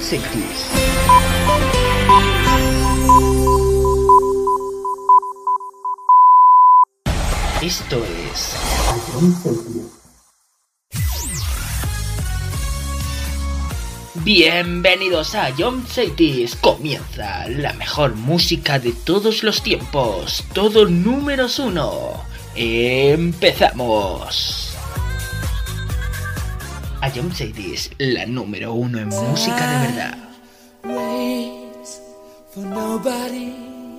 Cities. Esto es Ion Cities. Bienvenidos a Ion Cities. Comienza la mejor música de todos los tiempos. Todo números 1. Empezamos. Ion Cities, la número 1 en música de verdad. Waits for nobody.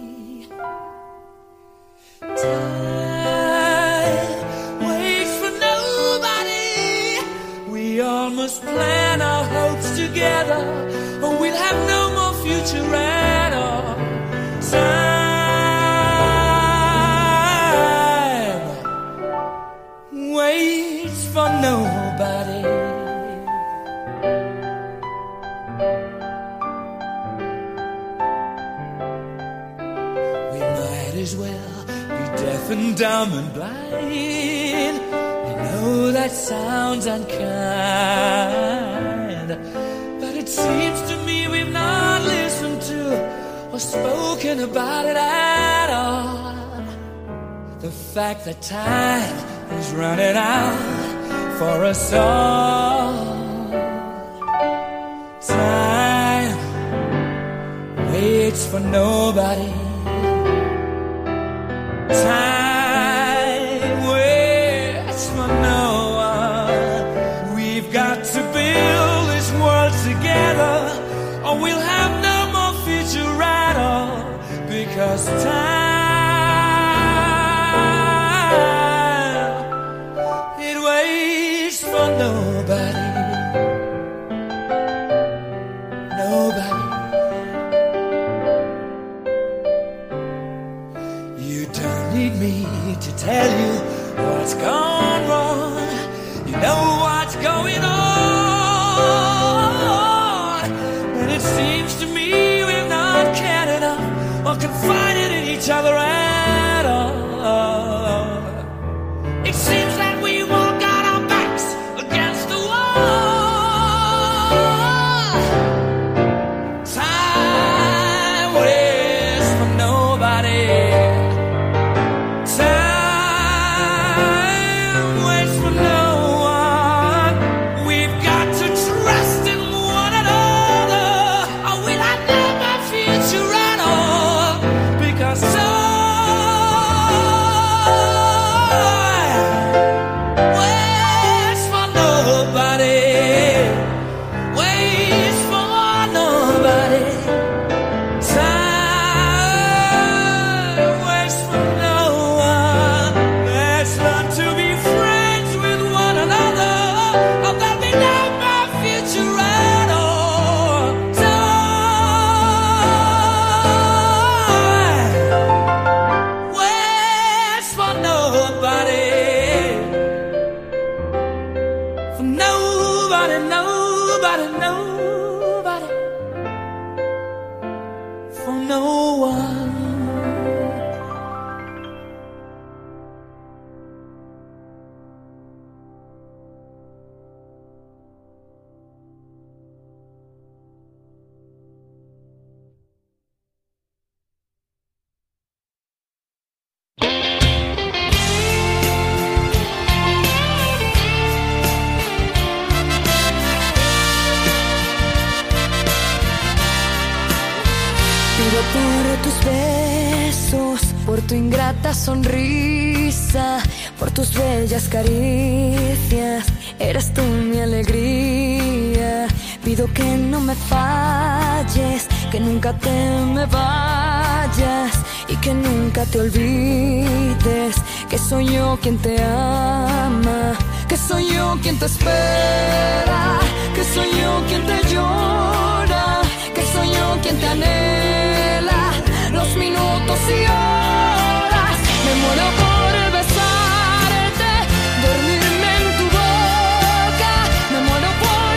Time waits for nobody. We all must plan our hopes together, or we'll have no more future at all. Time waits for nobody. As well be deaf and dumb and blind. I know that sounds unkind, but it seems to me we've not listened to or spoken about it at all. The fact that time is running out for us all. Time waits for nobody. Time waits for no one. We've got to build this world together, or we'll have no more future at all. Because time, it waits for nobody. Nobody. Need me to tell you what's gone wrong. You know what's going on, and it seems to me we've not cared enough or confided in each other at all. It seems that we all got our backs against the wall. Time waits for nobody. Tu ingrata sonrisa, por tus bellas caricias, eres tú mi alegría. Pido que no me falles, que nunca te me vayas y que nunca te olvides que soy yo quien te ama, que soy yo quien te espera, que soy yo quien te llora, que soy yo quien te anhela los minutos y horas. Me muero por besarte, dormirme en tu boca. Me muero por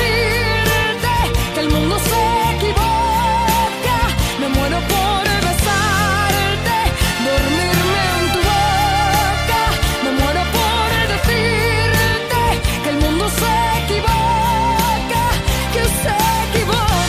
decirte que el mundo se equivoca. Me muero por besarte, dormirme en tu boca. Me muero por decirte que el mundo se equivoca, que se equivoca.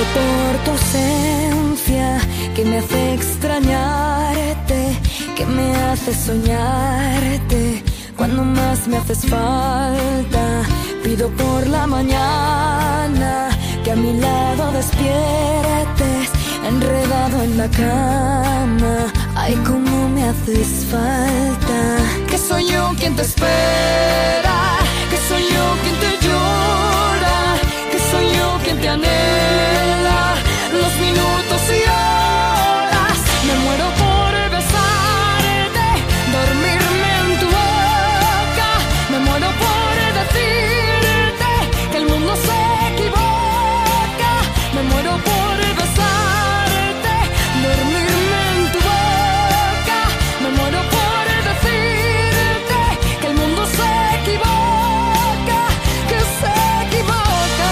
por tu ausencia, que me hace extrañarte, que me hace soñarte cuando más me haces falta. Pido por la mañana que a mi lado despiertes, enredado en la cama. Ay, cómo me haces falta. Que soy yo quien te espera, que soy yo quien te llora, que soy yo quien te anhela los minutos y horas. Me muero por besarte, dormirme en tu boca. Me muero por decirte que el mundo se equivoca. Me muero por besarte, dormirme en tu boca. Me muero por decirte que el mundo se equivoca, que se equivoca,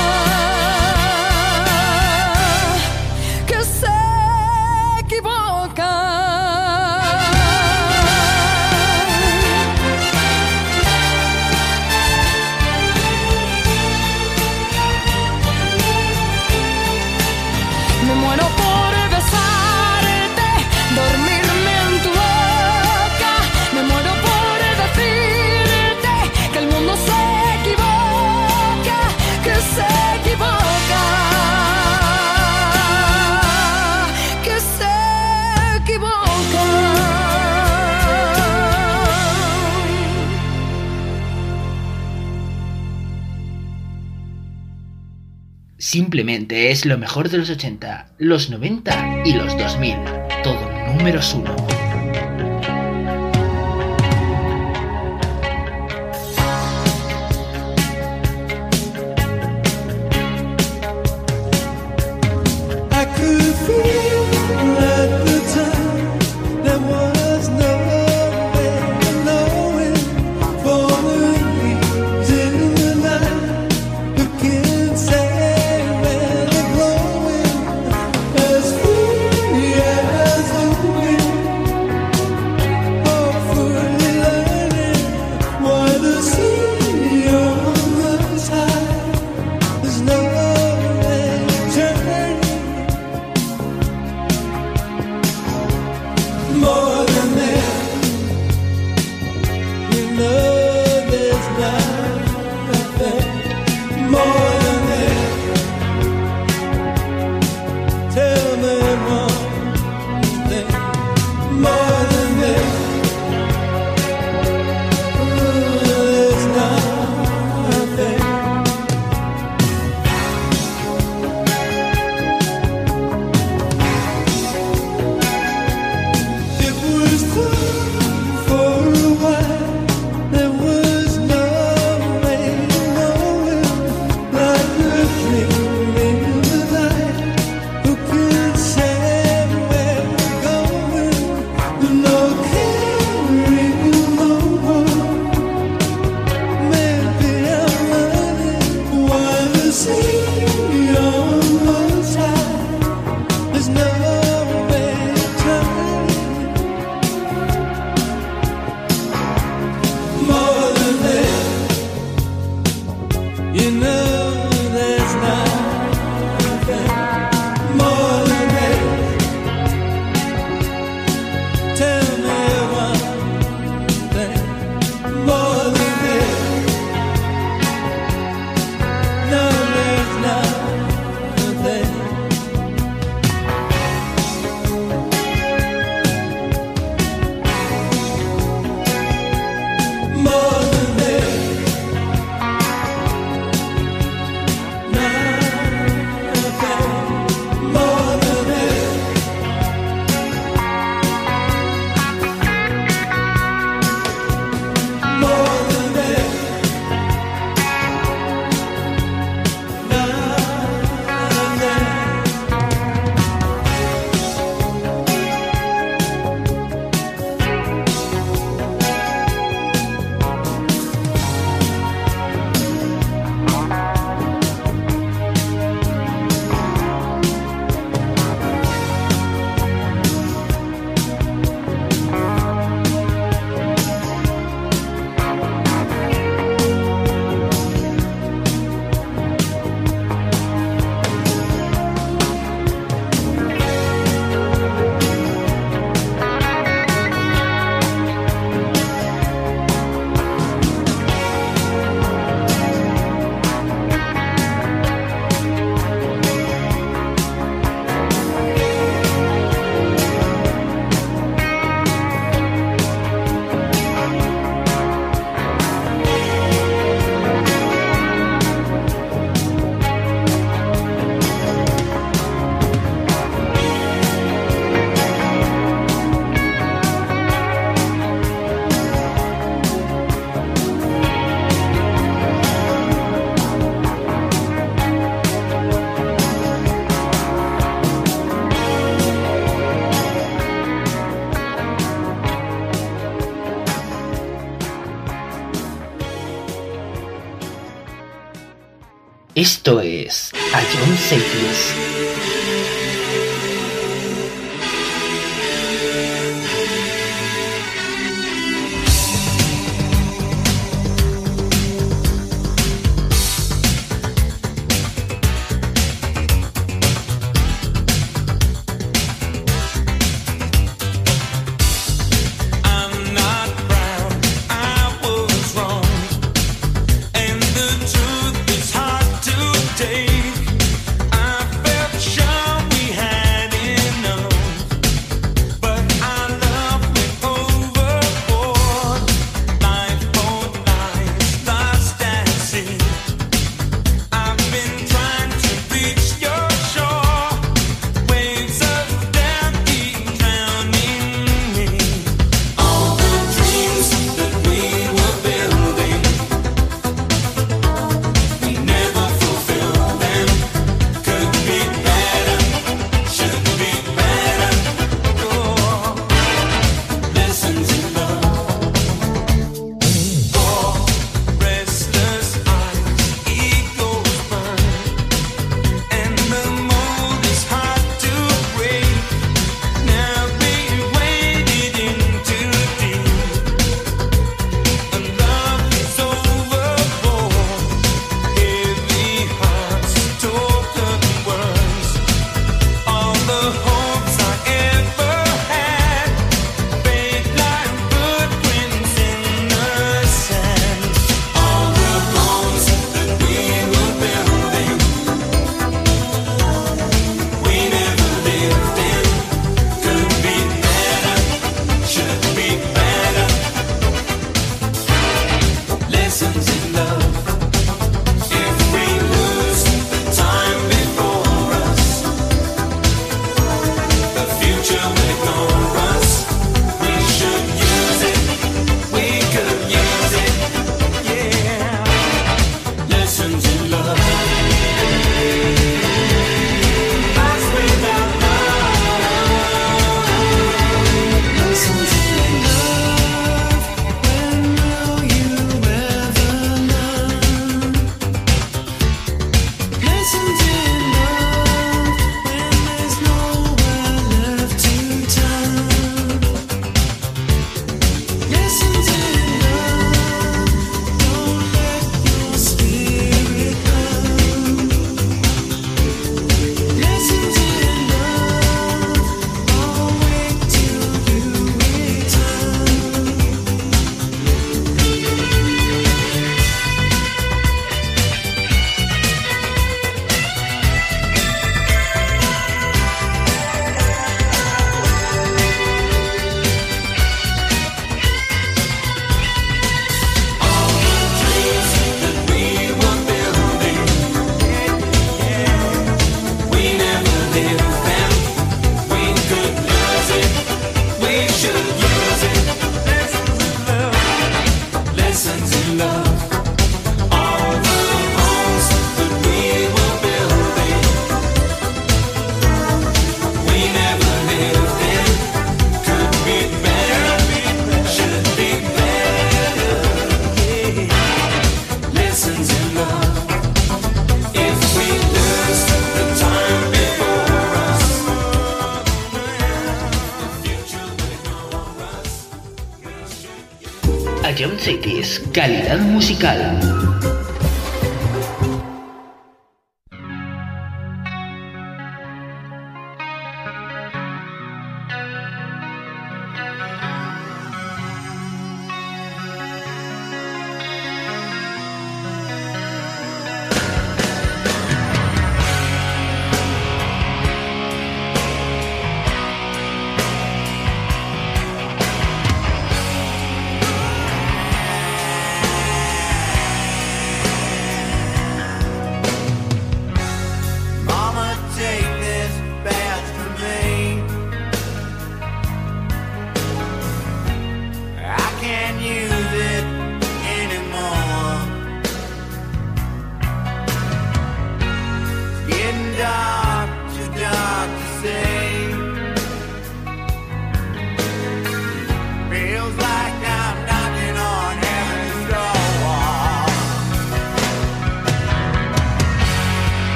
que se equivoca. Me muero por besarte, dormirme en tu boca. Me muero por decirte que el mundo se equivoca, que se equivoca, que se equivoca. Simplemente es lo mejor de los 80, los 90 y los 2000. Todo números 1. I could feel at the time there was no way of knowing. For the leaves in the night, who can say where they're blowing? As free as the wind, hopefully learning why the sea on the tide. There's no way turning. More than that, you know there's nothing more than that. Tell me one thing more than that. There's nothing. It was fun for a while. There was no way of knowing, like a dream in the night. Who can say where we're going? No caring no more. Maybe I'm running while the sea on the tide. There's no way turning. More than that, you know there's nothing more than that. Tell me one thing more than that. No, there's nothing. More than that. Esto es A John Cities. John Cities, calidad musical.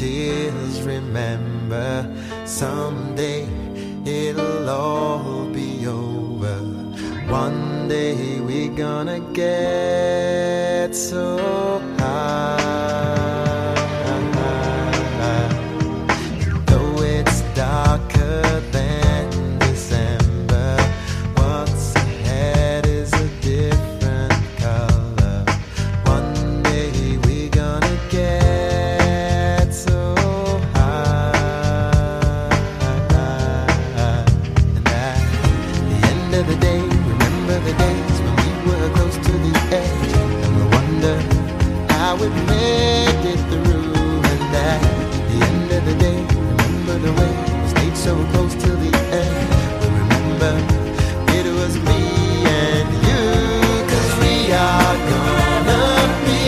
tears, remember, someday it'll all be over. One day we're gonna get so high. Though it's darker than December, what's ahead is a different color. One day we're gonna get so high. And at the end of the day, remember the days when we were close to the edge, and we wonder how we made it through. And at the end of the day, remember the way we stayed so close till the end. We remember it was me and you, 'cause we are gonna be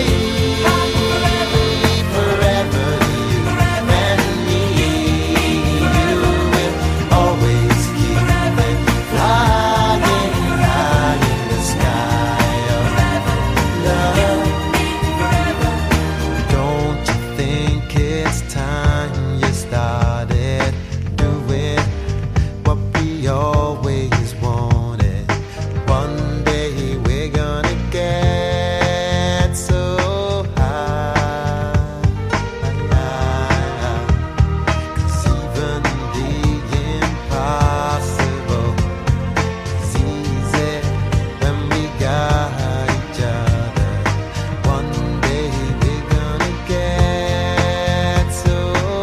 forever, you and me. You will always keep flying high in the sky of love. Don't you think it's time you started doing what we always wanted? One day we're gonna get so high. 'Cause even the impossible is easy when we got each other. One day we're gonna get so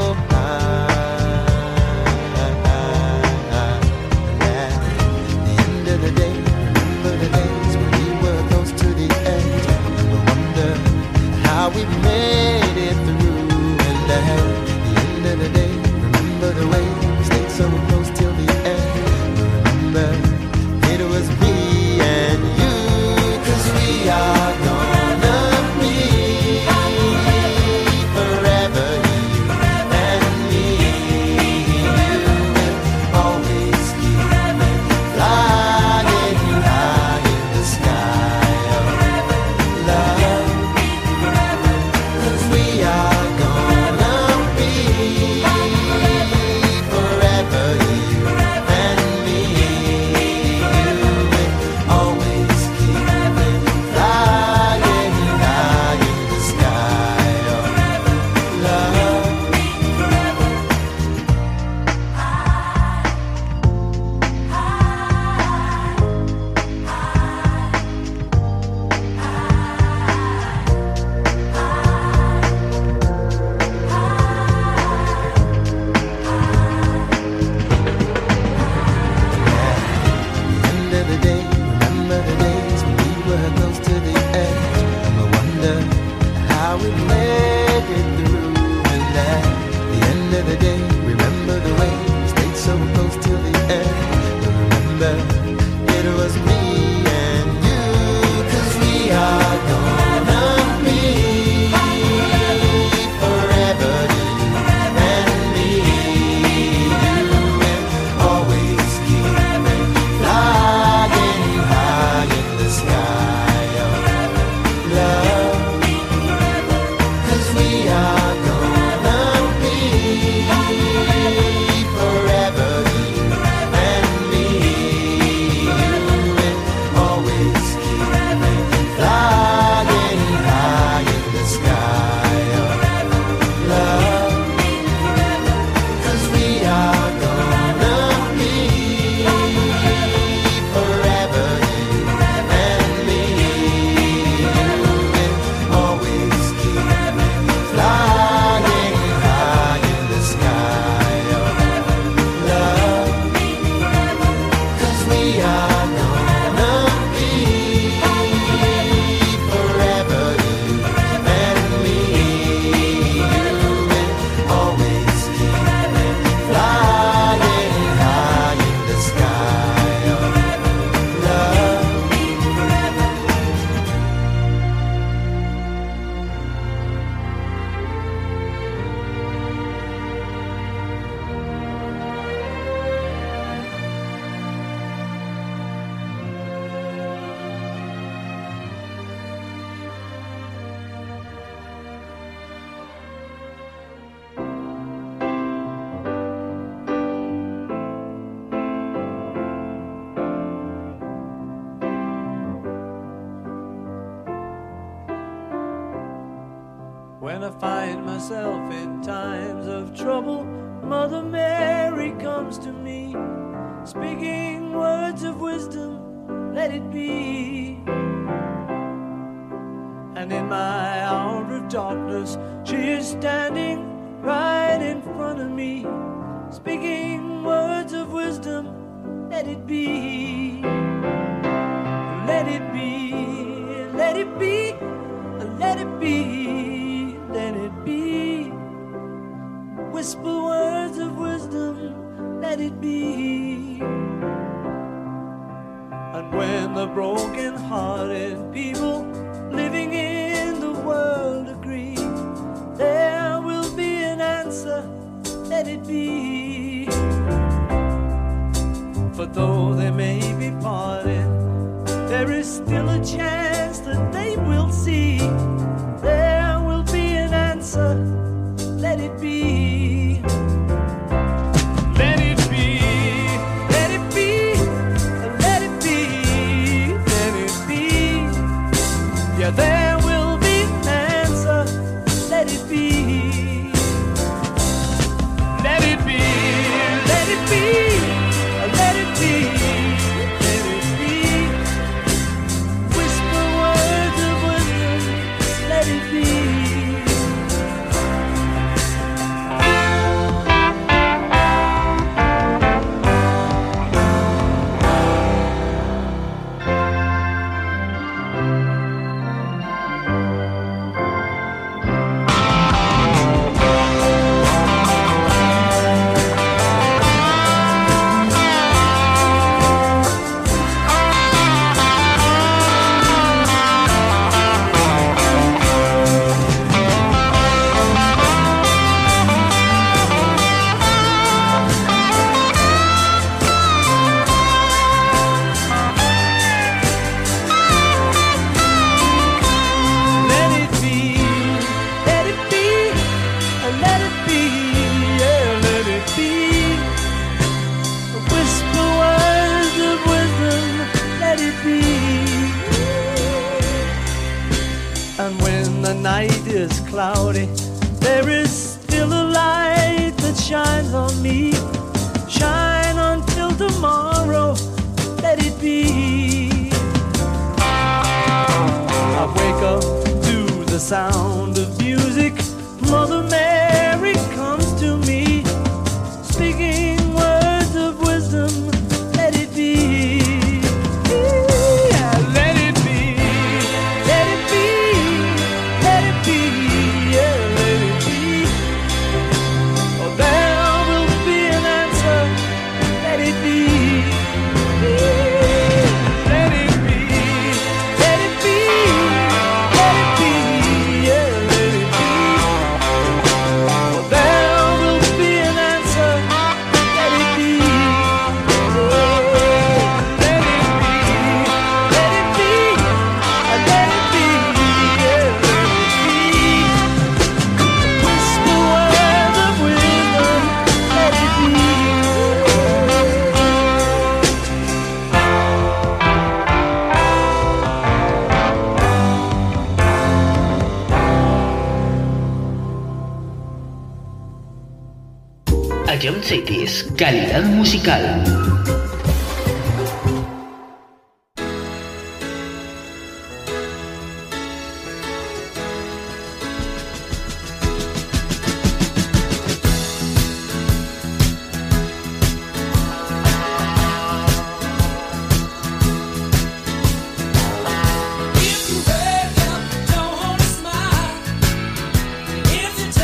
high. And at the end of the day, remember the days when we were close to the edge, and we wonder how we made it through. And at the end of the day, remember the way we stayed so close till the end. We remember it was me and you, 'cause we are gonna be forever, you and me. You will always keep flying high in the sky of love. 'Cause we are gonna be forever, you and me. You will always keep flying high in the sky of love. End of the day, remember the days when we were close to the edge, and we wonder how we made it through. And at the end of the day, remember the way we stayed so close till the end. We remember it was me and you, 'cause we are gonna be forever, you and me. You will always keep flying high in the sky of love. 'Cause we are gonna be forever, you and me. You will When I find myself in times of trouble, Mother Mary comes to me, speaking words of wisdom, let it be. And in my hour of darkness, she is standing right in front of me, speaking words of wisdom, let it be. Let it be, let it be, let it be, let it be. Whisper words of wisdom, let it be. And when the broken-hearted people living in the world agree, there will be an answer, let it be. For though they may be parted, there is still a chance that they will see. There will be an answer, let it be. Let it be, let it be, let it be, let it be. Yeah, there will be an answer, let it be. Let it be, let it be, let it be. Cloudy, there is still a light that shines on me. Shine until tomorrow, let it be. I wake up to the sound of music. Mother Mary comes to me, speaking words of wisdom, let it be. John Cities, calidad musical.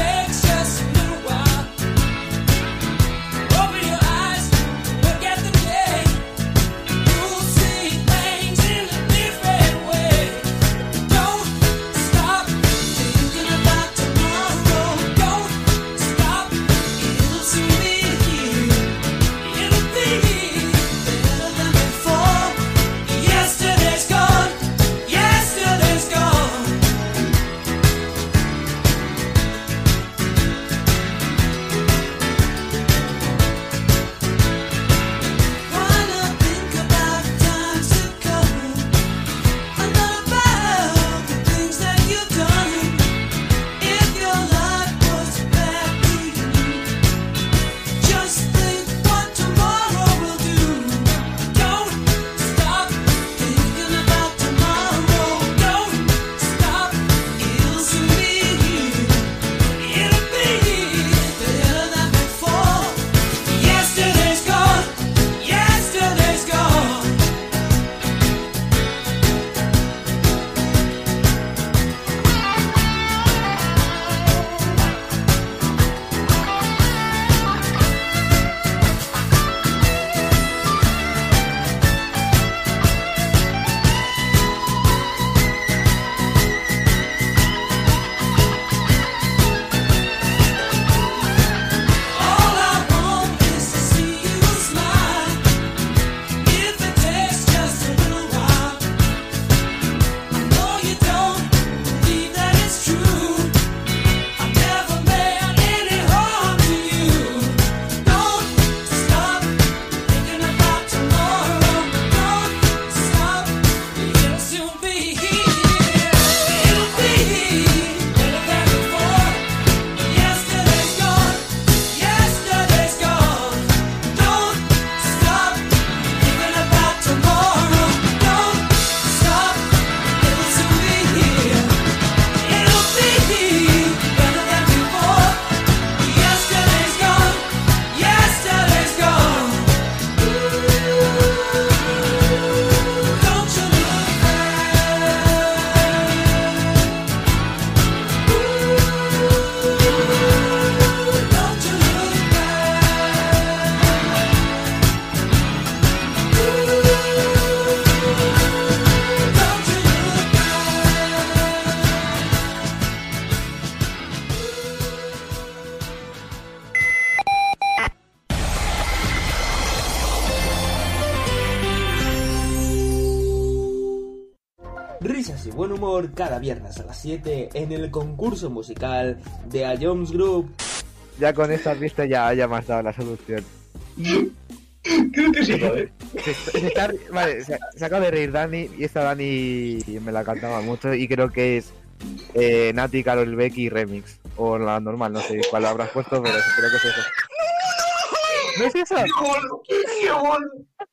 Open your eyes, look at the day. risas y buen humor cada viernes a las 7 en el concurso musical de A Jones Group. Ya con estas vistas ya me has dado la solución. Creo que sí, joder. Vale, se acaba de reír Dani, y esta Dani me la cantaba mucho, y creo que es Nati, Karol Becky Remix, o la normal, no sé cuál habrás puesto, pero creo que es eso. ¿No es eso? ¡Qué bueno!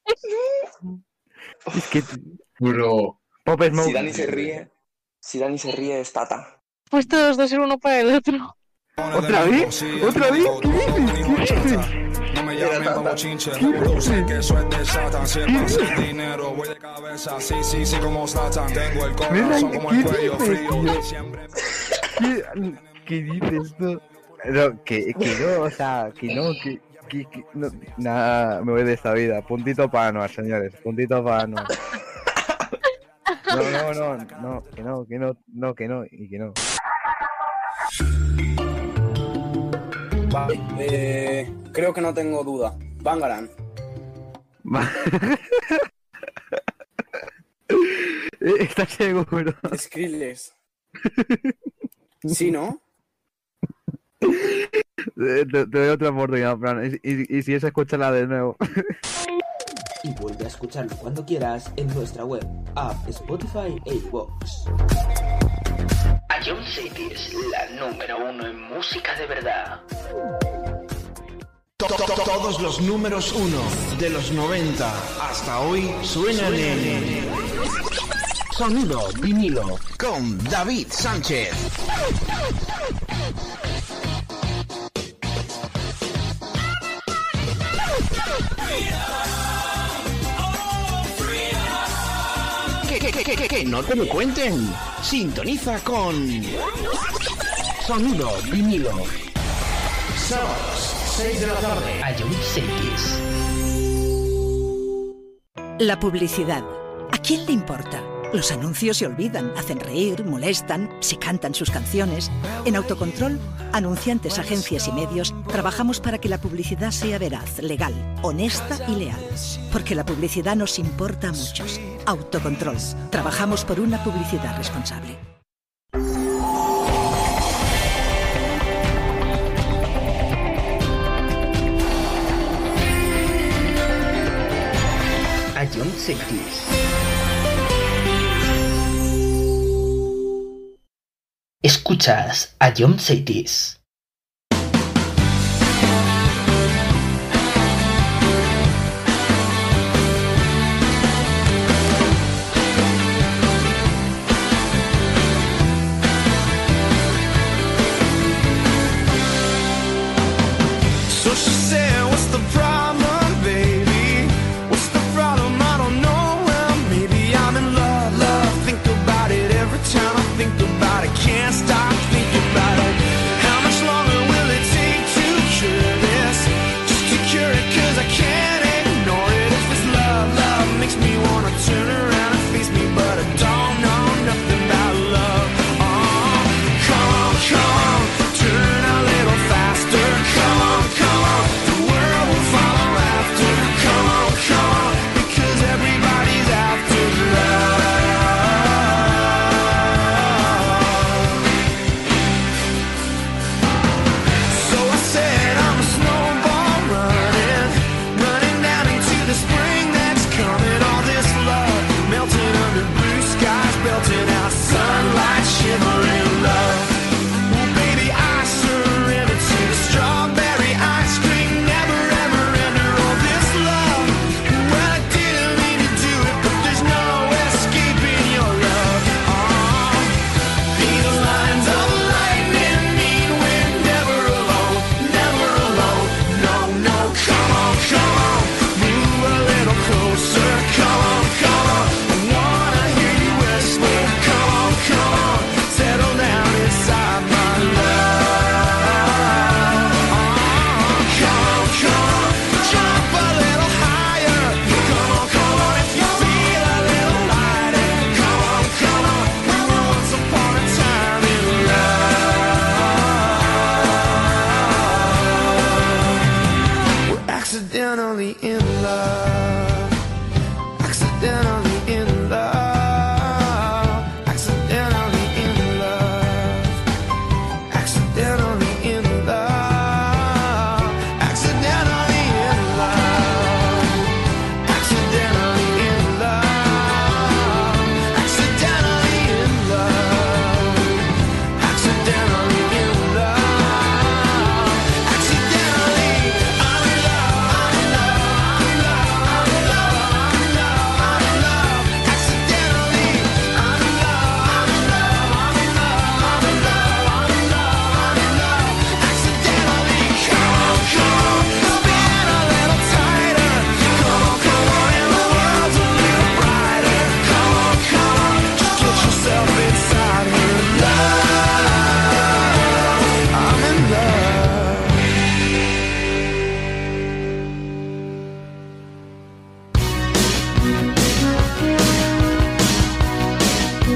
Es que... Bro. Pop Smoke. Si Dani se ríe es Tata. Pues todos dos ser uno para el otro. ¿Otra vez? ¿Otra vez? ¿Qué dices? No me llamen como chinche, sé que eso es de Satan. Si estás sin dinero, voy de cabeza. Sí, como Satan. Tengo el corazón como el cuello frío. ¿Qué dices tú? No, que no, o sea, que no, no, nada, me voy de esta vida. Puntito para Anuar, señores, puntito para Anuar. No, que no. Vale, creo que no tengo duda. Bangaran. ¿Estás seguro? Skrillex. ¿Sí, no? Te doy otra oportunidad, Fran. Y si es, escúchala de nuevo. Y vuelve a escucharlo cuando quieras en nuestra web, app, Spotify e iVoox. A John City es la número 1 en música de verdad. Todos los números 1 de los 90 hasta hoy suenan en Sonido Vinilo con David Sánchez. Que no te lo cuenten. Sintoniza con Sonido Vinilo. Sábados, 6 de la tarde. A John Cities. La publicidad. ¿A quién le importa? Los anuncios se olvidan, hacen reír, molestan, se cantan sus canciones. En Autocontrol, anunciantes, agencias y medios, trabajamos para que la publicidad sea veraz, legal, honesta y leal. Porque la publicidad nos importa a muchos. Autocontrol. Trabajamos por una publicidad responsable. A John Cities. Escuchas a John Cities. So she said, what's the problem, baby? What's the problem? I don't know. Well, maybe I'm in love. Think about it every time I think about it. Can't stop thinking about it. How much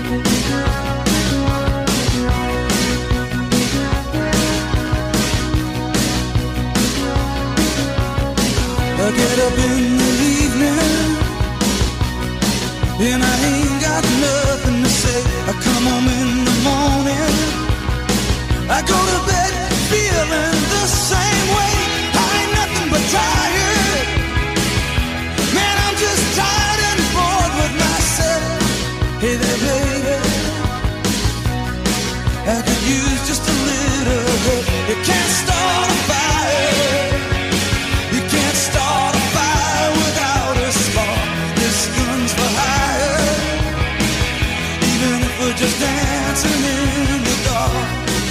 I get up in the evening and I ain't got nothing to say. I come home in the morning, I go to bed feeling the same way. I ain't nothing but tired. Man, I'm just tired and bored with myself. Hey there, baby, I could use just a little help. You can't start a fire. You can't start a fire without a spark. This gun's for hire. Even if we're just dancing in the dark.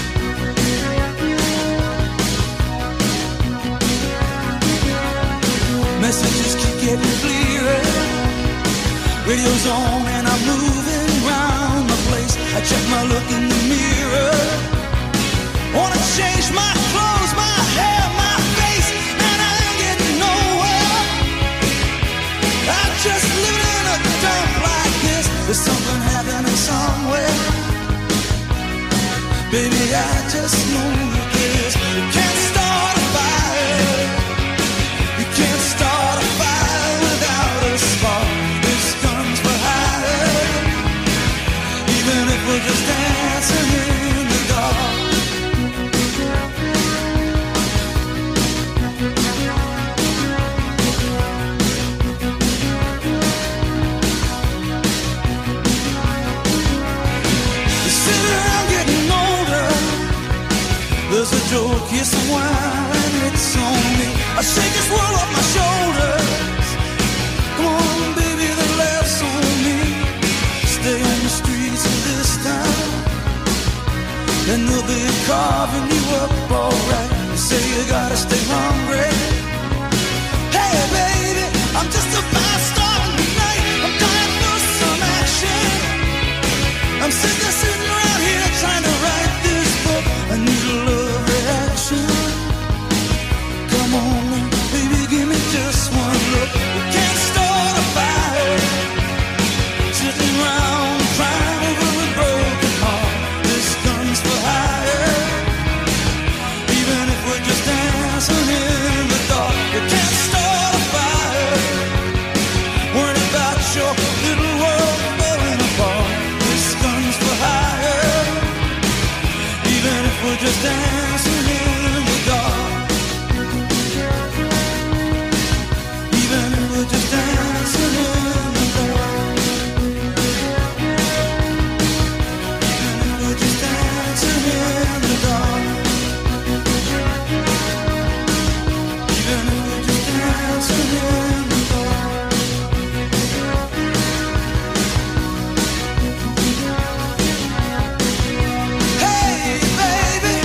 Messages keep getting clearer. Radio's on and I'm moving round the place. I check my look in the mirror. Wanna change my clothes, my hair, my face, and I ain't getting nowhere. I'm just living in a dump like this. There's something happening somewhere. Baby, I just know this. You can't start a fire. You can't start a fire without a spark. This gun's for hire. Even if we're just dancing in the dark. There's a joke, yes, a wine, it's on me. I shake this world off my shoulders. Come on, baby, the laughs on me. Stay on the streets of this town, and they'll be carving you up alright. You say you gotta stay hungry. Hey, baby, I'm just a fast star tonight. I'm dying for some action. I'm sick of sitting around here trying to write this book. I need a love reaction. Come on, baby, give me just one look. We can't start a fire, sitting around crying over a broken heart. This gun's for hire. Even if we're just dancing in the dark, we can't start a fire. Worried about your little world falling apart. This gun's for hire. Even if we're just dancing in the dark. Even if we're just dancing in the dark. Even if we're just dancing in the dark. Even if we're just dancing in the dark. Hey, baby.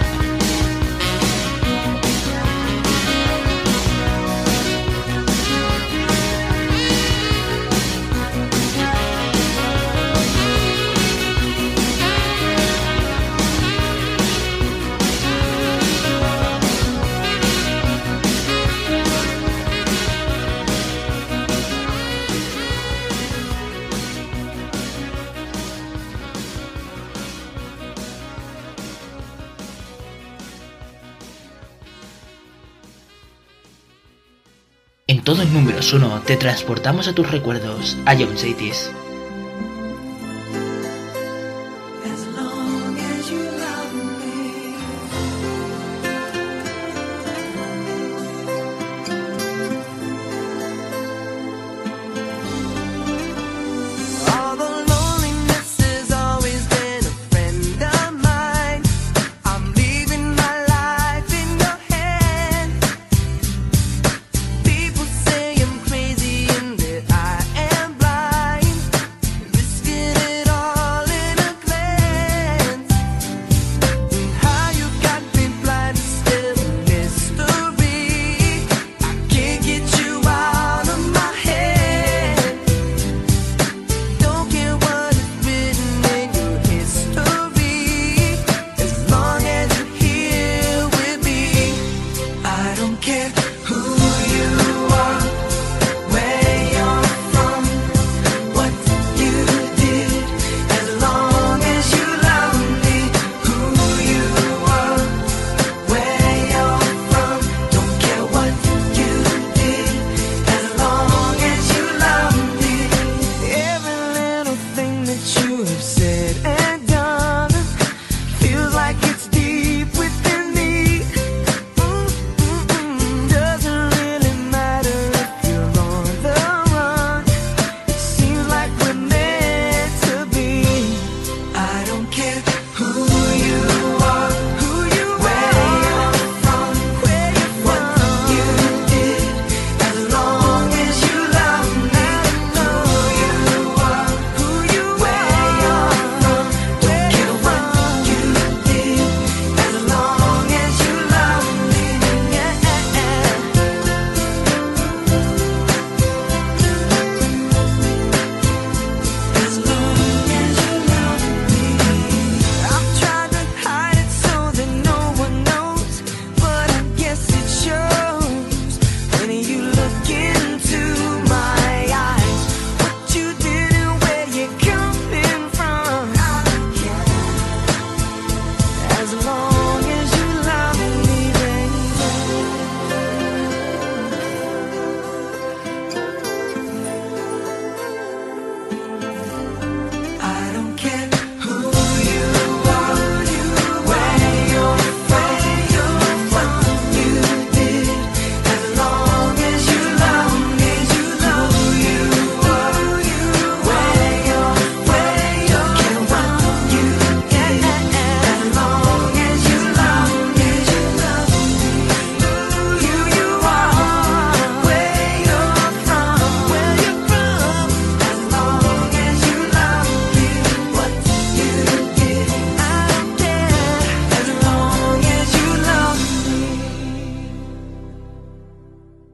En todos números 1 te transportamos a tus recuerdos, a John Cities. Although loneliness has always been a friend of mine, I'm leaving my life in your hands. People say I'm crazy and that I am blind.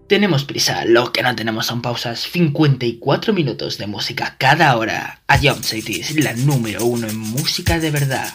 Tenemos prisa, lo que no tenemos son pausas. 54 minutos de música cada hora. A Jump City es la número 1 en música de verdad.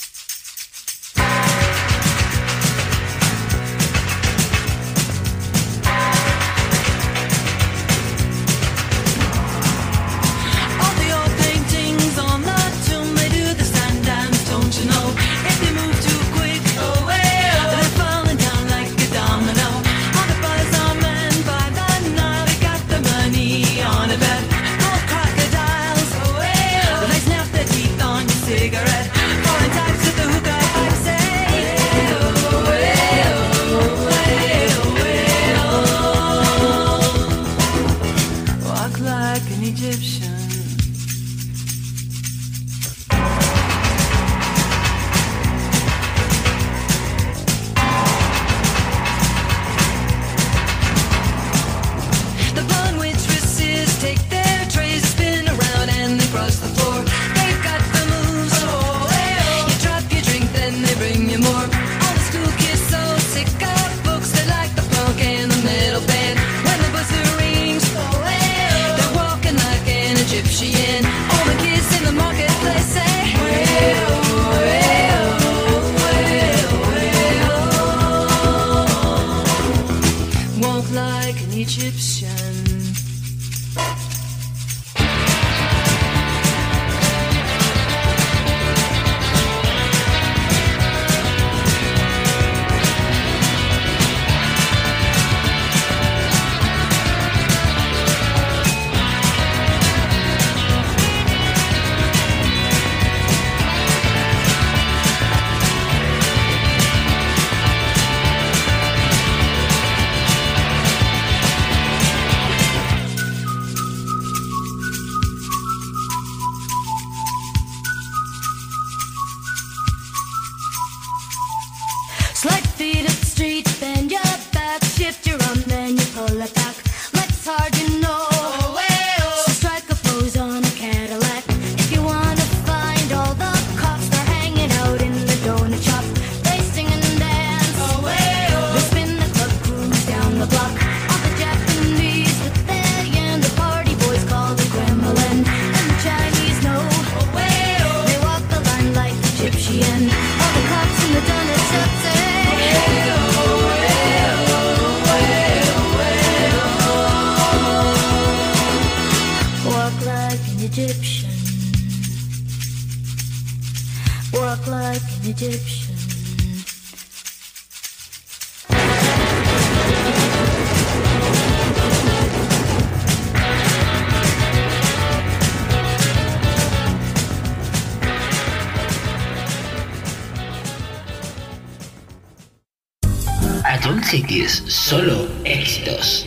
Jump City es solo éxitos.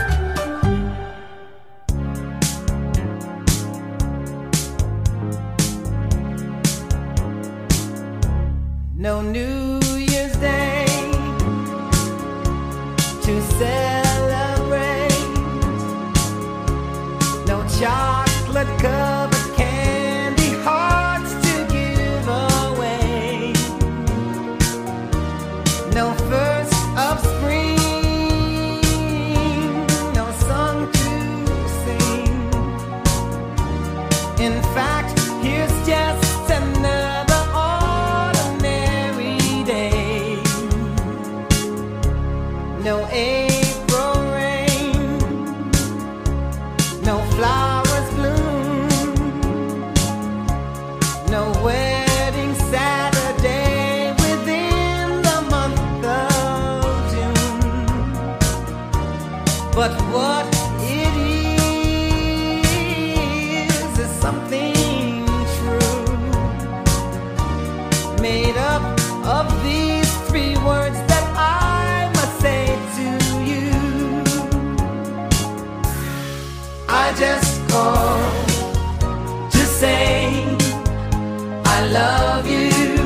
No New Year's Day to celebrate. No chocolate covered candy hearts to give away. No first of spring, no song to sing. In fact, here's just another ordinary day. No April rain, no flowers bloom, no wedding Saturday within the month of June. But what it is something true, made up of these three words that I must say to you. I just called to say I love you.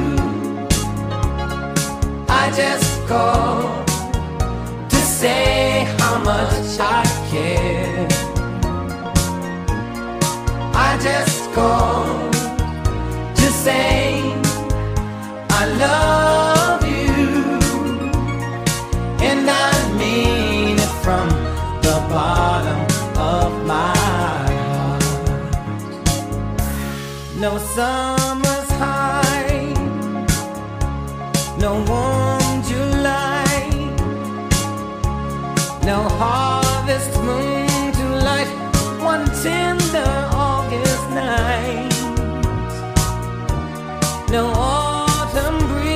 I just called to say how much I care. I just called to say I love you, and I mean it from no summer's high, no warm July, no harvest moon to light one tender August night, no autumn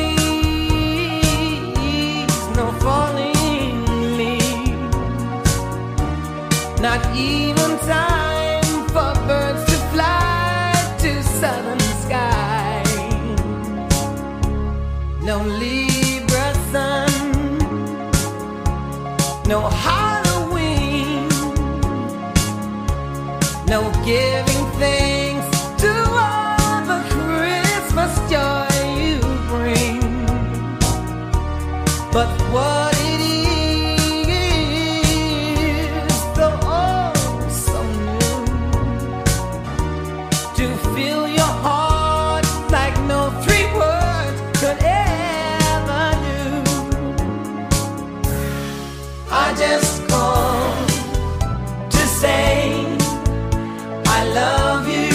breeze, no falling leaves, not even time for birds to fly to southern skies, no Libra sun, no Halloween, no giving thanks to all the Christmas joy you bring. But what it is, though oh so new, to fill your heart like no three words could ever do. I just called to say I love you.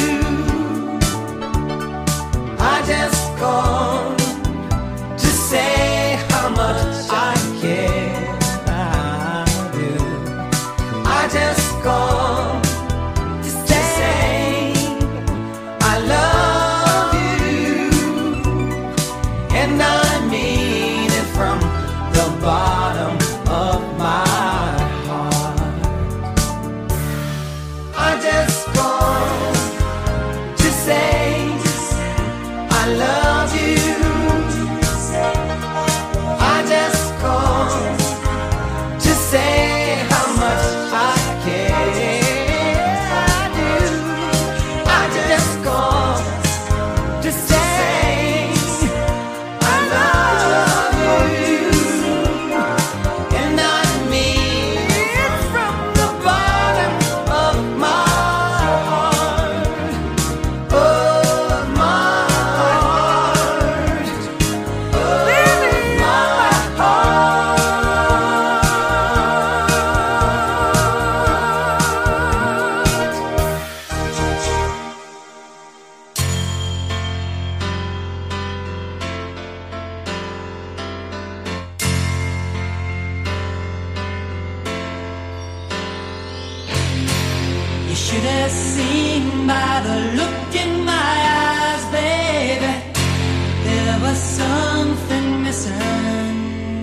I just called to say how much I care. I do. I just called to say I love you, and I mean it from the bottom of my heart. I just called to say I love you. I just called to say how much I care. I do. I just called to say I love you, and I mean it from the bottom of my heart. Of my heart. Of my You should have seen by the look in my eyes, baby, there was something missing.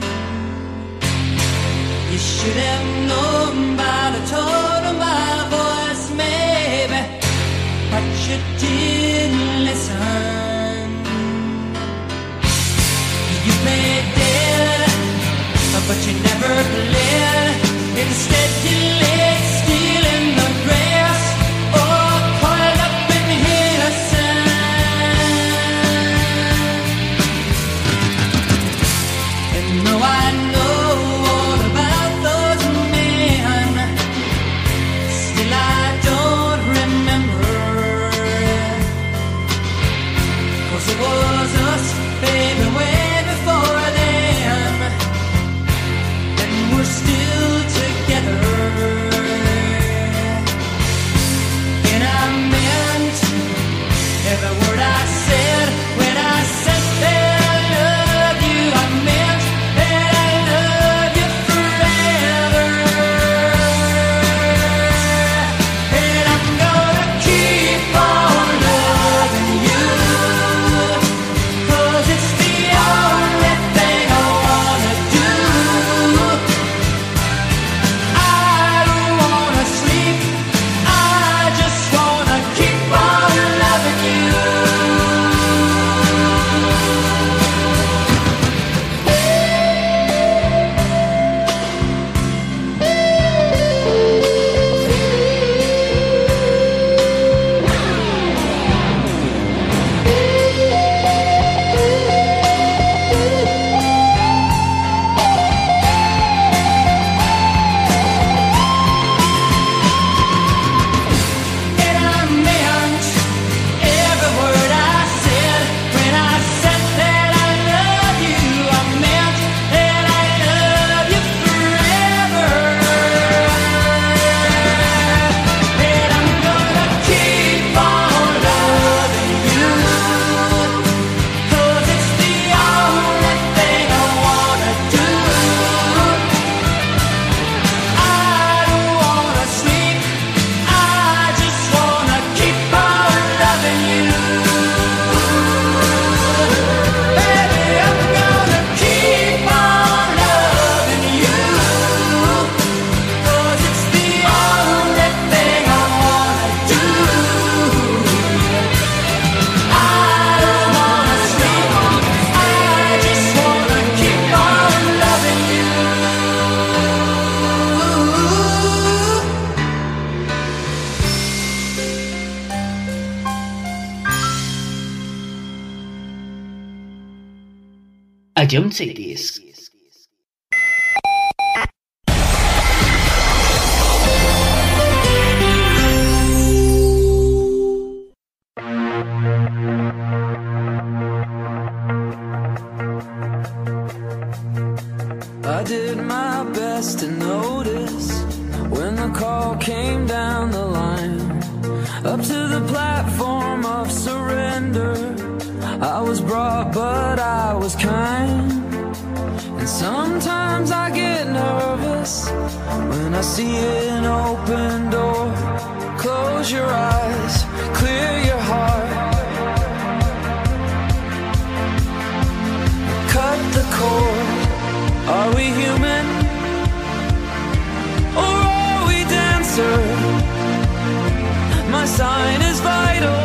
You should have known by the tone of my voice, maybe, but you didn't listen. You played dead, but you never played. Instead you lay still in the grass, or coiled up in innocence. And though I know all about those men, still I don't remember a John Cities. I did my best to notice when the call came down the line, up to the platform of surrender. I was brought, but I was kind. And sometimes I get nervous when I see an open door. Close your eyes, clear your heart, cut the cord. Are we human, or are we dancer? My sign is vital,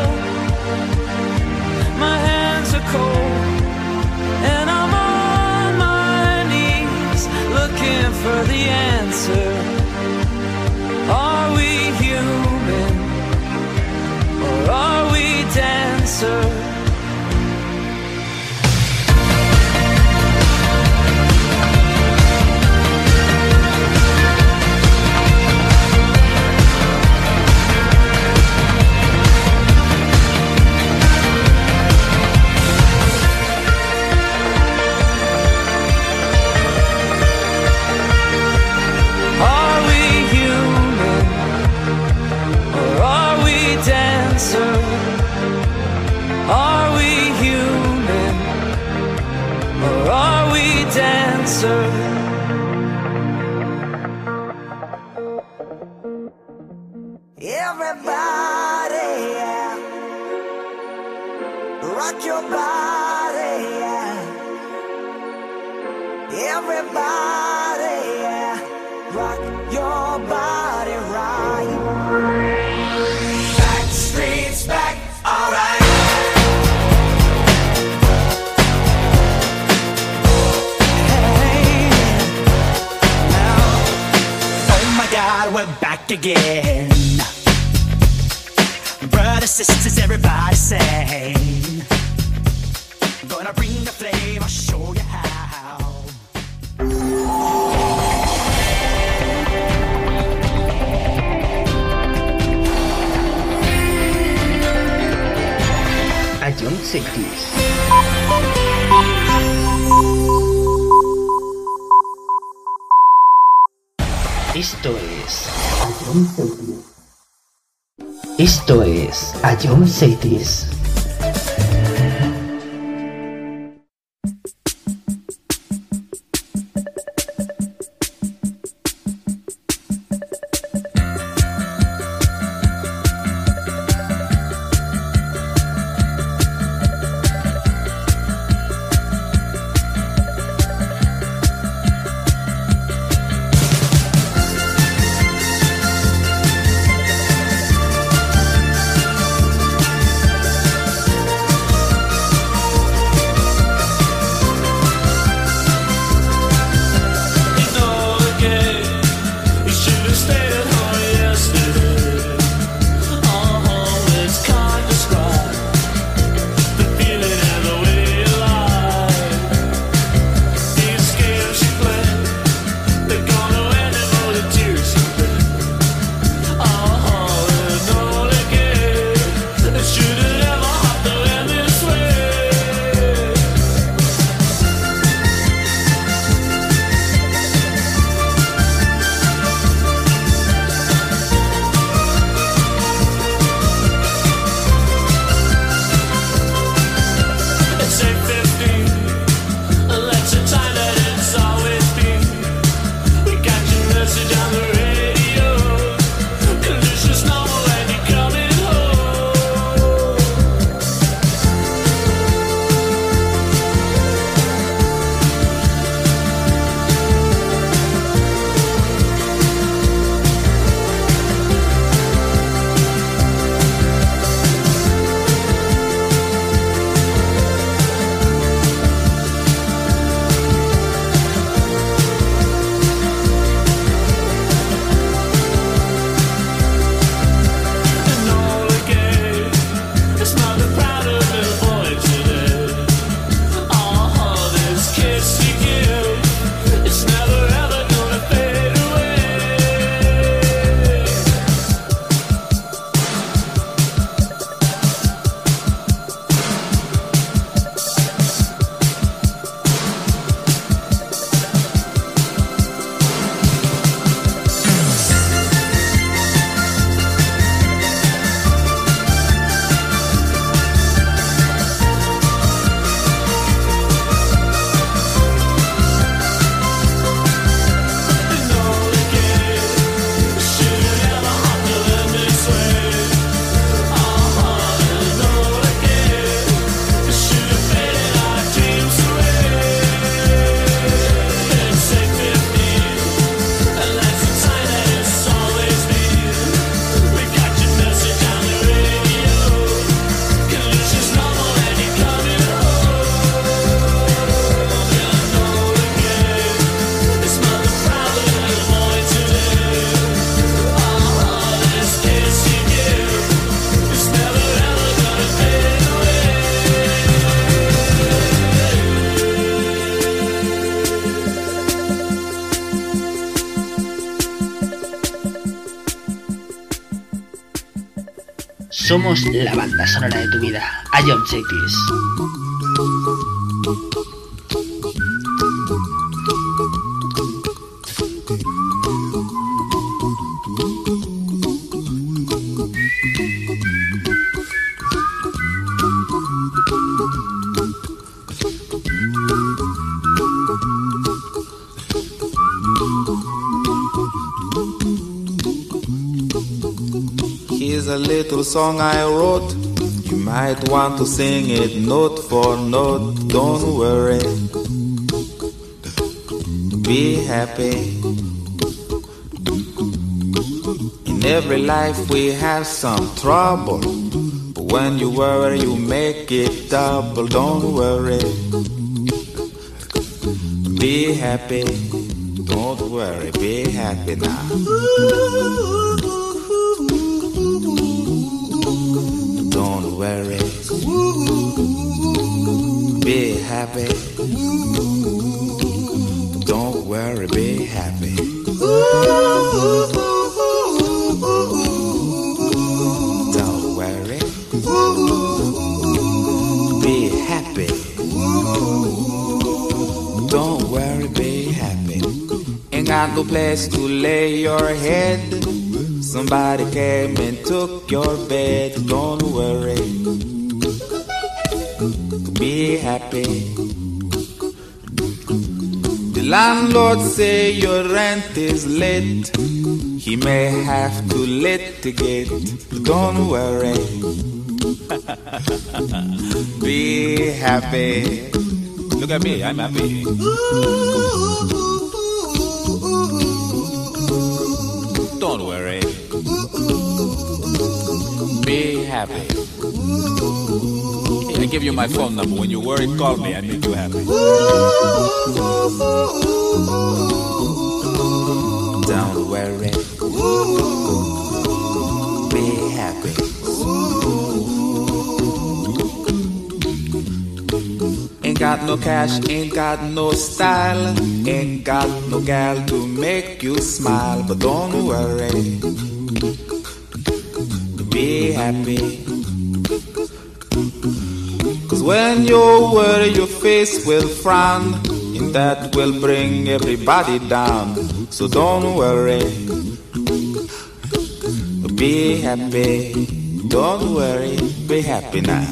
my hands are cold, and I'm on my knees looking for the answer. Are we human, or are we dancer? Are we human, or are we dancer? Everybody, yeah. Rock your body, yeah. Everybody, yeah. Rock your body right. Back streets back, alright. We're back again. Brothers, sisters, everybody sing. Gonna bring the flame, I'll show you how. A John Cities. Esto es a John Cities. Somos la banda sonora de tu vida. A Jump Cities. Here's a little song I wrote. You might want to sing it note for note. Don't worry. Be happy. In every life we have some trouble. But when you worry, you make it double. Don't worry. Be happy. Don't worry. Be happy now. Don't worry. Be happy. Don't worry, be happy. Don't worry. Be happy. Don't worry, be happy. Ain't got no place to lay your head. Somebody came and took your bed. Don't worry. Be happy. The landlord say your rent is late. He may have to litigate. Don't worry. Be happy. Look at me, I'm happy. Don't worry. Be happy. I give you my phone number. When you worry, call me. I make you happy. Don't worry. Be happy. Ain't got no cash, ain't got no style, ain't got no gal to make you smile. But don't worry. Be happy. Cause when you worry, your face will frown, and that will bring everybody down. So don't worry. Be happy. Don't worry. Be happy now.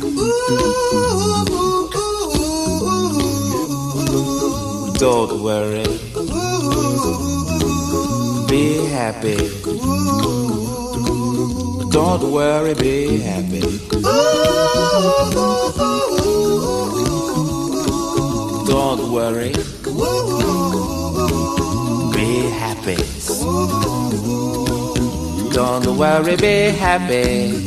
Don't worry. Be happy. Don't worry, be happy. Don't worry. Be happy. Don't worry, be happy.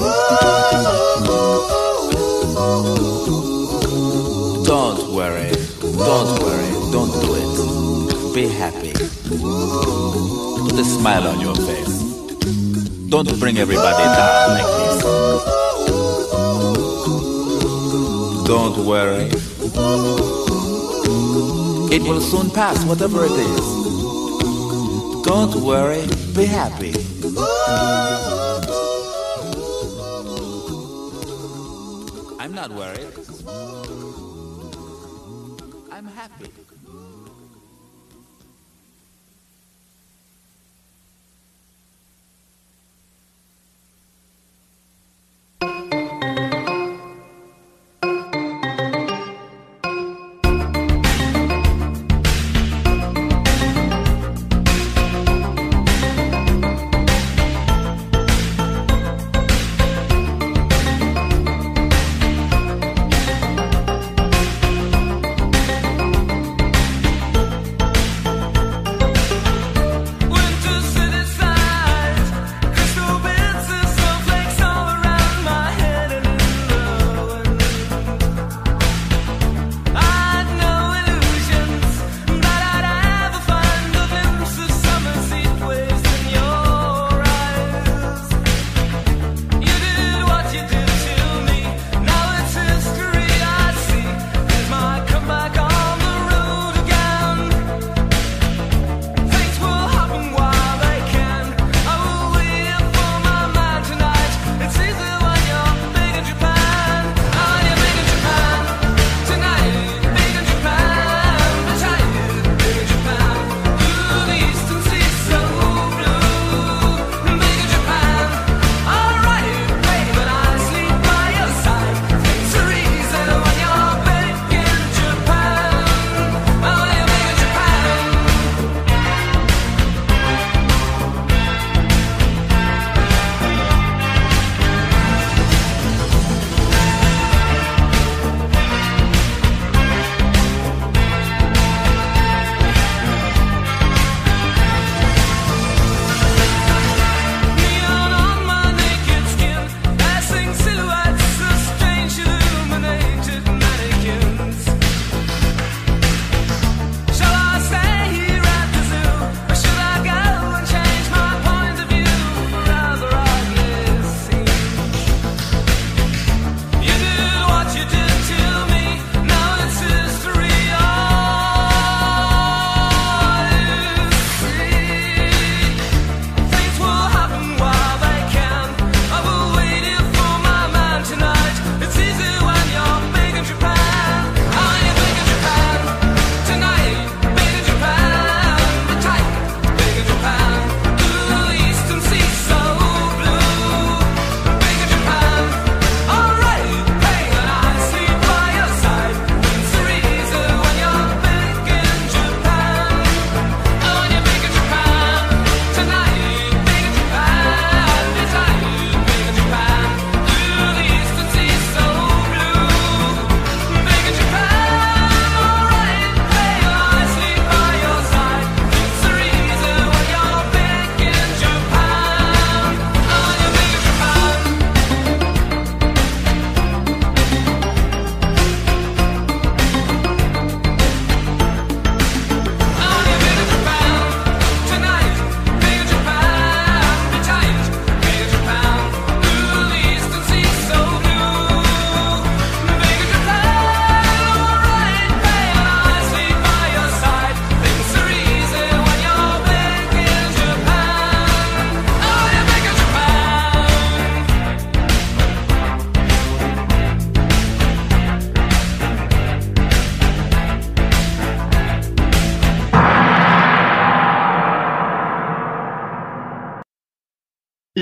Don't worry. Don't worry. Don't do it. Be happy. Put a smile on your face. Don't bring everybody down like this. Don't worry. It will soon pass, whatever it is. Don't worry, be happy. I'm not worried. I'm happy.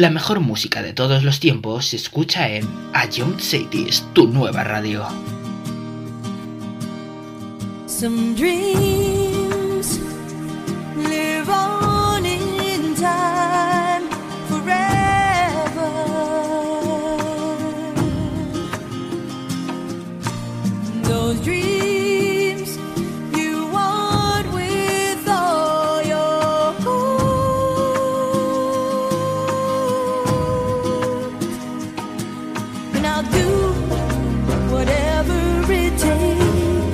La mejor música de todos los tiempos se escucha en A Young 80s, tu nueva radio. Some dreams live on in time forever. Those dreams you want with all your heart. And I'll do whatever it takes.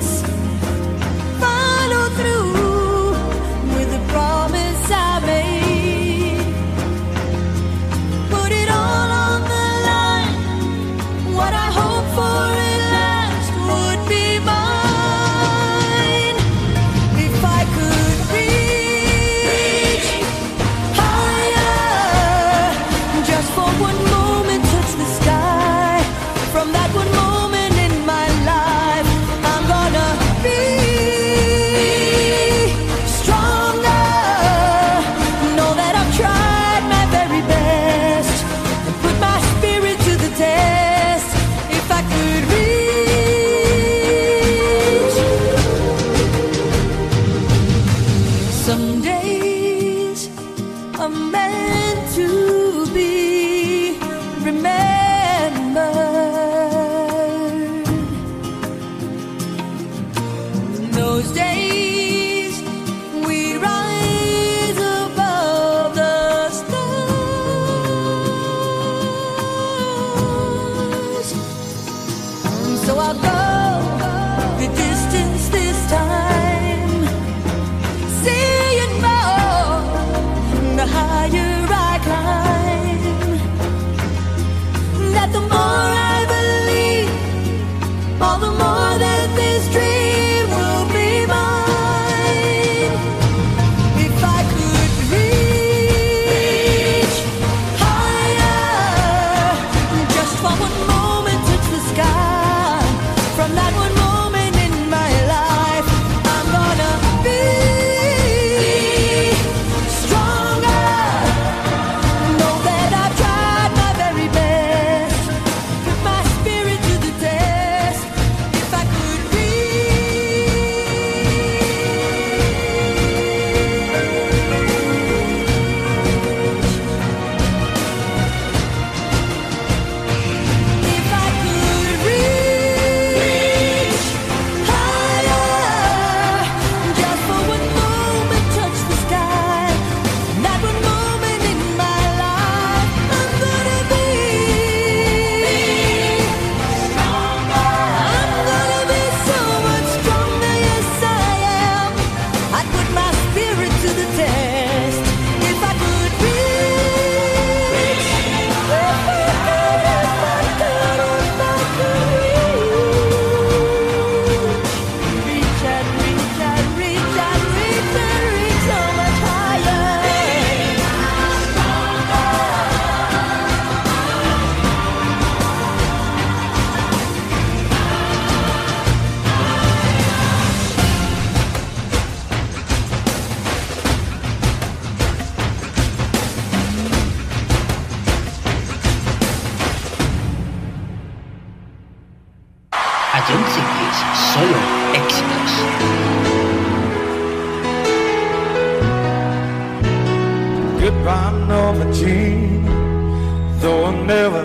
Goodbye, Norma Jean. Though I never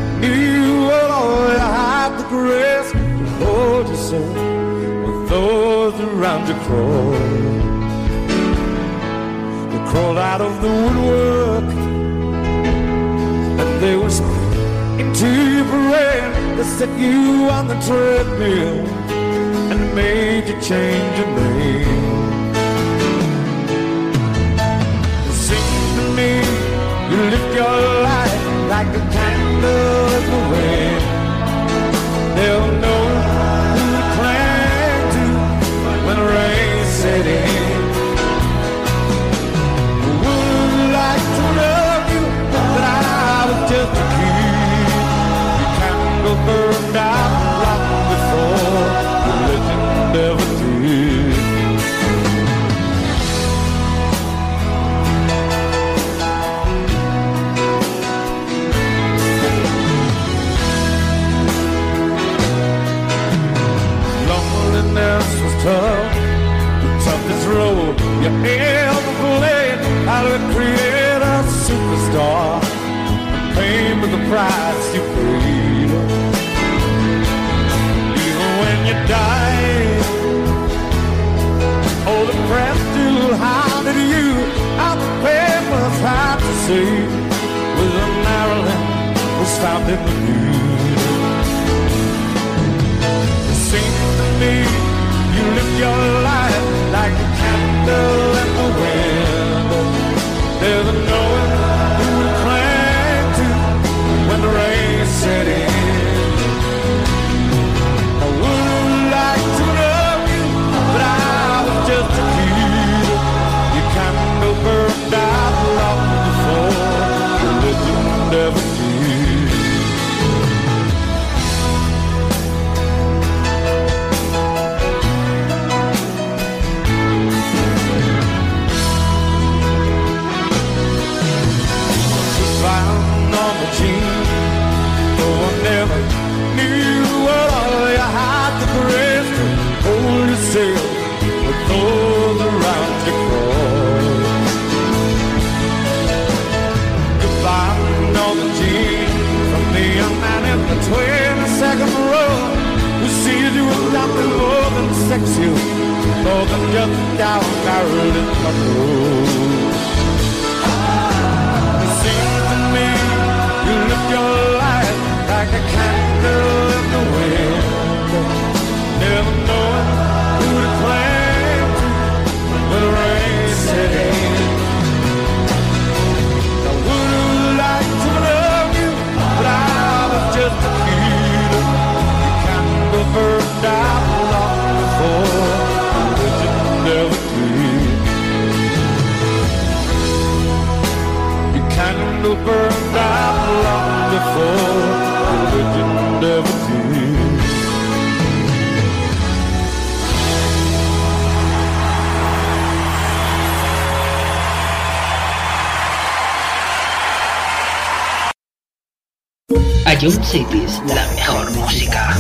knew what all you had the grace to hold yourself with those around you crawl. They crawled out of the woodwork and they whispered into your brain. They set you on the treadmill and made you change your name. You lift your light like a candle in the wind. They'll know who to cling to when the rain set in. I would like to love you, but I was just a kid. Your candle burned out right before the legend ever did. in the view. It seems to me you live your life like a candle in the wind. There's no one who to cling to when the rain set in. I would like to love you, but I was just a kid. Your candle burned out long before religion ever did. Found on the team, no one ever knew what all you had to press to hold yourself with those around you cross. You found on the team from the young man in the 22nd row who sees you as something more than sexual, more than just down barrel in the road. You live your life like a candle in the wind, never knowing who to cling to when the rain set in. I would like to love you, but I was just a kid. Your candle burned out long before religion never did. Your candle burned out long before religion never did. Ion Cities, la mejor música.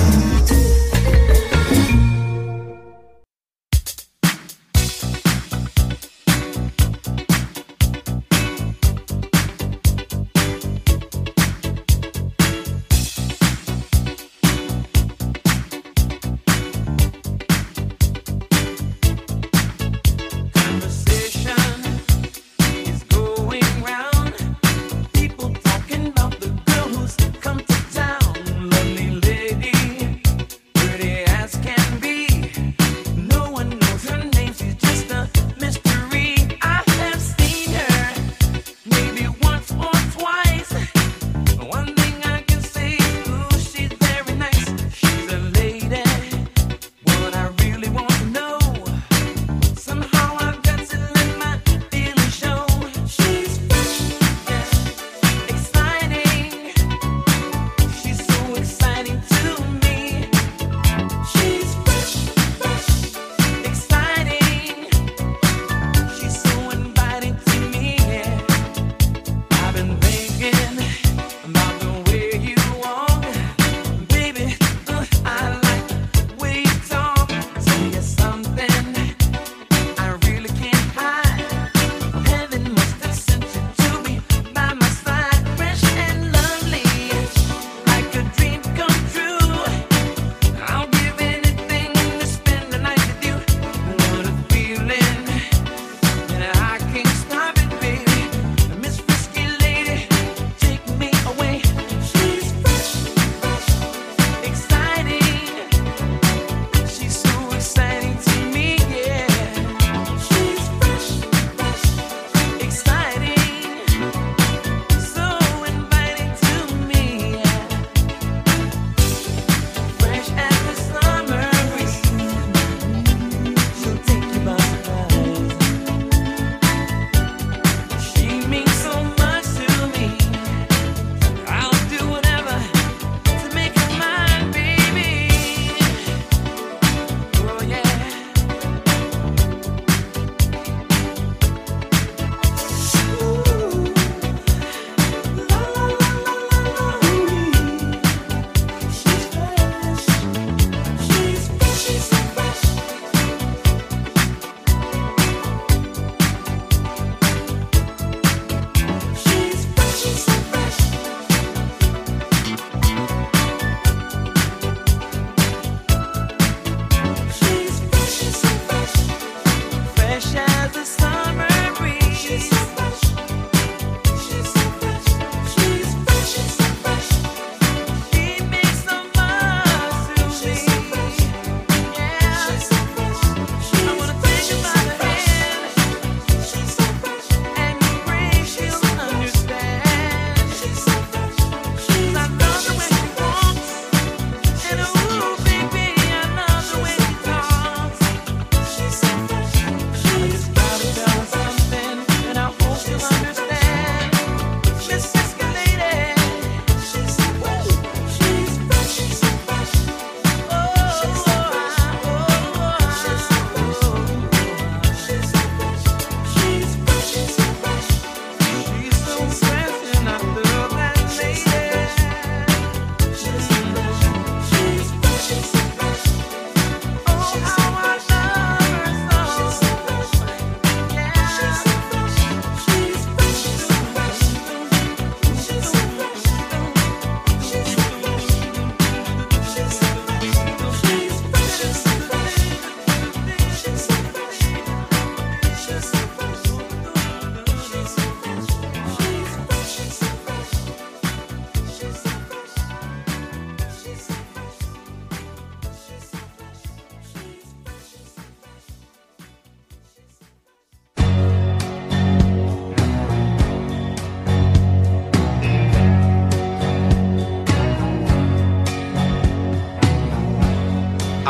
Come to town, lovely lady.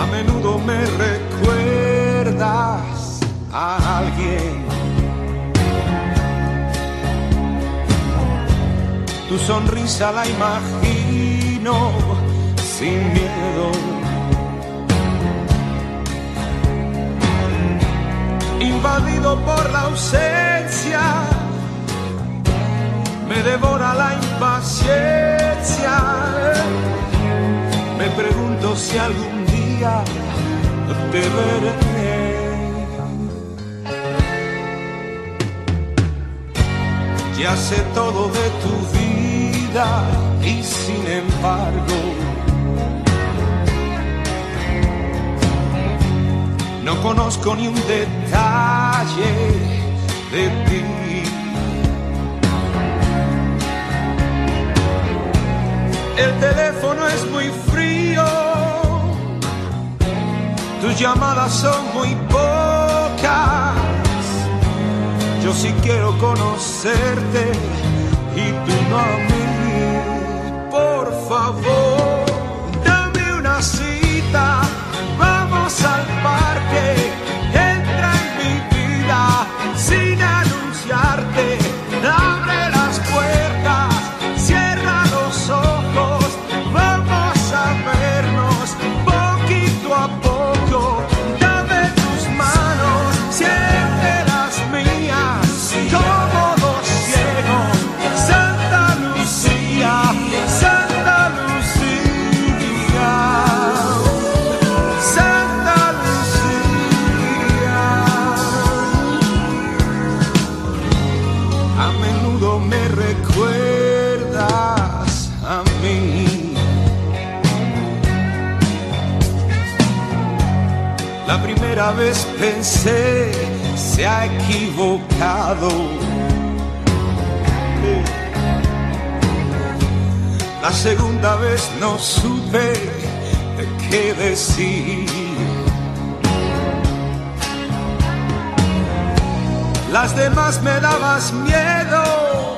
A menudo me recuerdas a alguien. Tu sonrisa la imagino sin miedo. Invadido por la ausencia, me devora la impaciencia. Me pregunto si algún día te veré. Ya sé todo de tu vida y sin embargo no conozco ni un detalle de ti. El teléfono es muy frío, tus llamadas son muy pocas. Yo sí quiero conocerte y tú no a mí. Por favor, dame una cita, vamos al parque. Entra en mi vida sin anunciarte. Abre las puertas, cierra los ojos. Vamos a vernos poquito a poco. Dame tus manos, siente las mías. Como los ciegos, Santa Lucía, Santa Lucía, Santa Lucía. A menudo me recuerdas a mí. La primera vez pensé, se ha equivocado. La segunda vez no supe qué decir. Las demás me dabas miedo,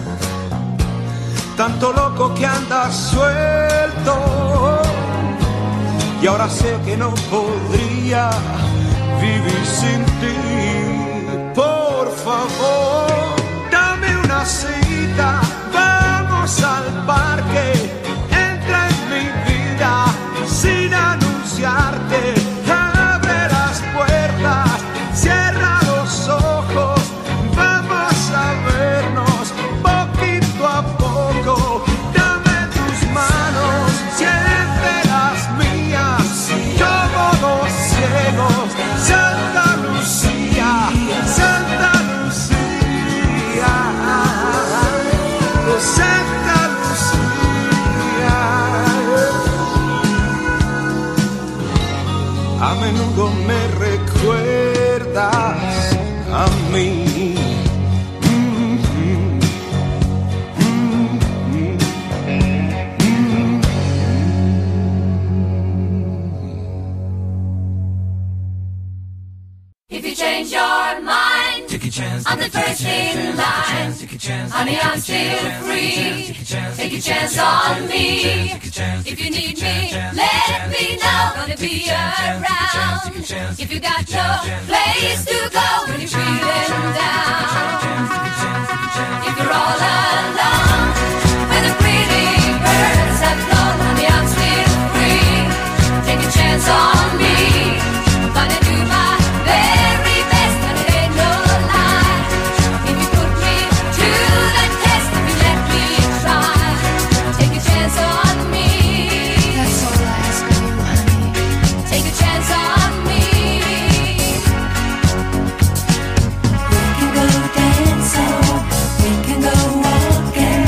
tanto loco que andas suelto. Y ahora sé que no podría vivir sin ti. Por favor, dame una cita, vamos al parque. Entra en mi vida sin anunciarte. Abre las puertas, cierra los ojos. Vamos a vernos poquito a poco. Dame tus manos, siente las mías. Como dos ciegos, Santa Lucía, Santa Lucía, oh Santa Lucía. A menudo me recuerdas a mí. If you change your mind, take a chance, I'm the first in line. Honey, I'm still free. Take a chance on me. If you need me, let me know. Gonna be around. If you got no place to go when you're feeling down. If you're all alone, when the pretty birds have flown, honey, I'm still free. Take a chance on me. Gonna do my very best, and it ain't no lie. If you put me to the test, if you let me try, take a chance on me. That's all I ask of you, honey. Take a chance on me. We can go dancing, we can go walking.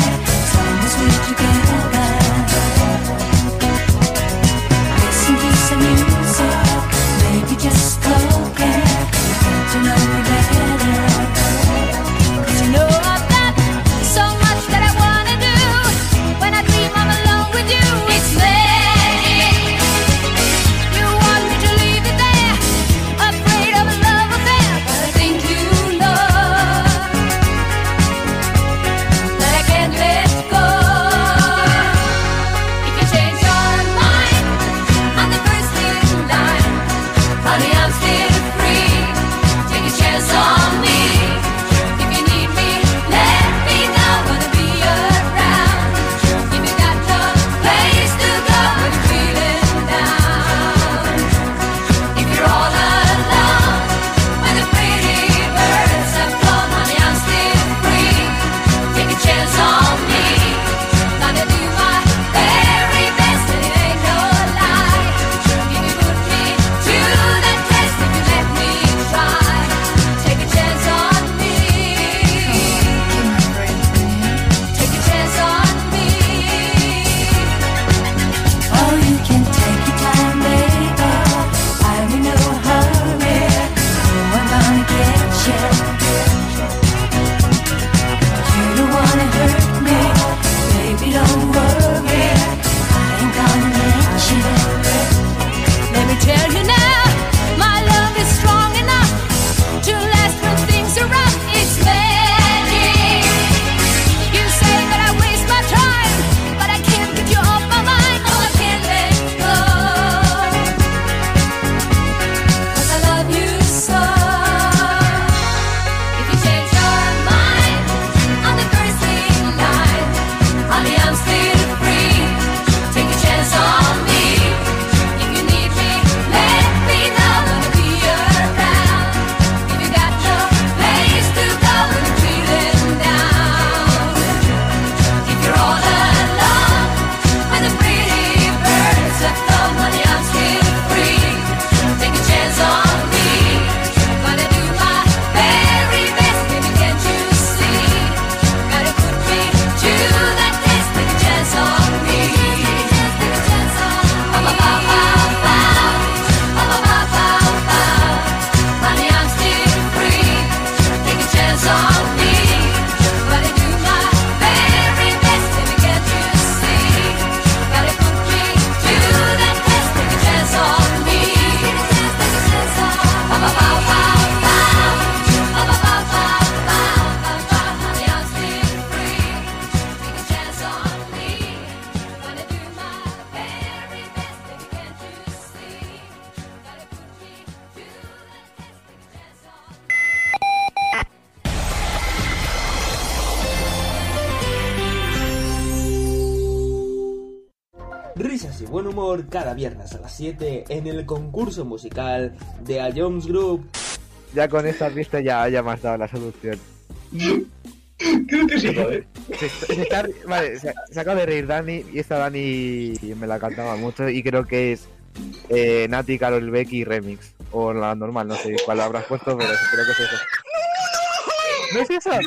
Risas y buen humor cada viernes a las 7 en el concurso musical de A Jones Group. Ya con esta pista ya me has dado la solución. Creo que sí, ¿vale? Se acaba de reír Dani y esta Dani me la cantaba mucho y creo que es Nati, Karol Becky remix. O la normal, no sé cuál habrás puesto, pero creo que es eso. ¿No es eso?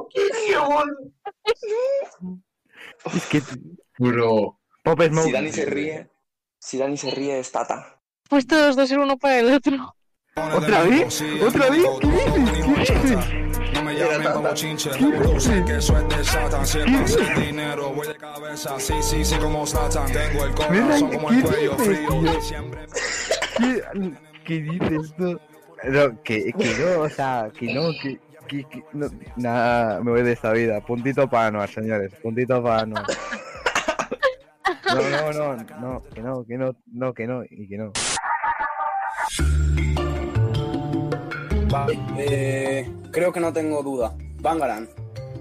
Es que... Bro. Pop Smoke. Si Dani se ríe es Tata. Pues todos dos ser uno para el otro. ¿Otra vez? ¿Otra vez? ¿Qué dices? No me llamen como chinche, sé que eso es de Satan. Si es más el dinero, voy de cabeza. Sí, como Satan. Tengo el corazón como el cuello frío. Siempre. ¿Qué dices tú? No, que no, o sea, que no, no, nada, me voy de esta vida. Puntito para Anuar, señores, puntito para Anuar. No, que no, y que no. Vale, creo que no tengo duda. Bangarang.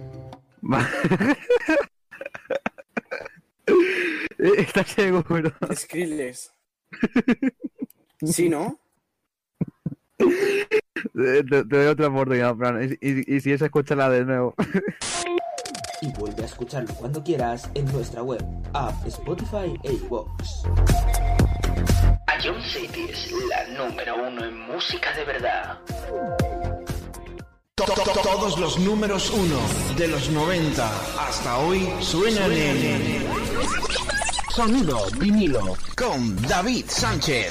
¿Estás seguro? Skrillex. ¿Sí, no? Te doy otra oportunidad, Fran. Y si es, escúchala de nuevo. Y vuelve a escucharlo cuando quieras en nuestra web, app, Spotify e iVoox. A John City es la número 1 en música de verdad. Todos los números 1 de los 90 hasta hoy suenan en Sonido Vinilo con David Sánchez.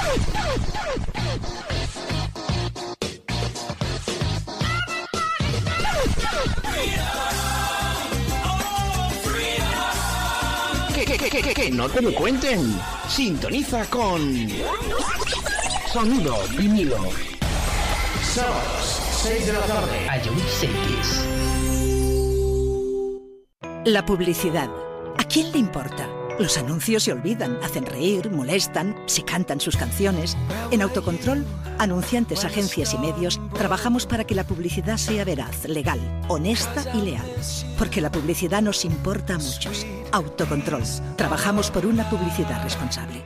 Que no te lo cuenten. Sintoniza con Sonido Vinilo. Sábados, 6 de la tarde. A John City. La publicidad. ¿A quién le importa? Los anuncios se olvidan, hacen reír, molestan, se cantan sus canciones. En Autocontrol, anunciantes, agencias y medios, trabajamos para que la publicidad sea veraz, legal, honesta y leal. Porque la publicidad nos importa a muchos. Autocontrol. Trabajamos por una publicidad responsable.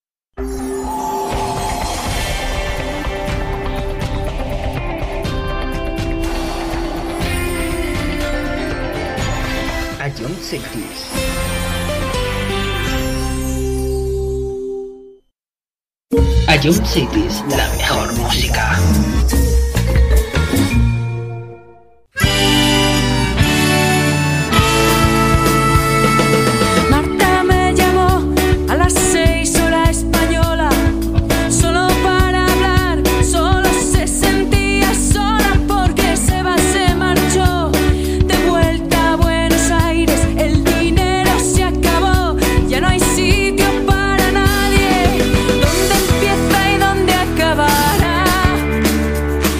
A John City. A John City es la mejor música. Marta me llamó a las 6 hora española, solo para hablar, solo se sentía sola porque Seba se marchó de vuelta a Buenos Aires, el dinero se acabó, ya no hay sitio para nadie, ¿dónde empieza y dónde acabará?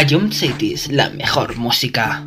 Ion Cities, la mejor música.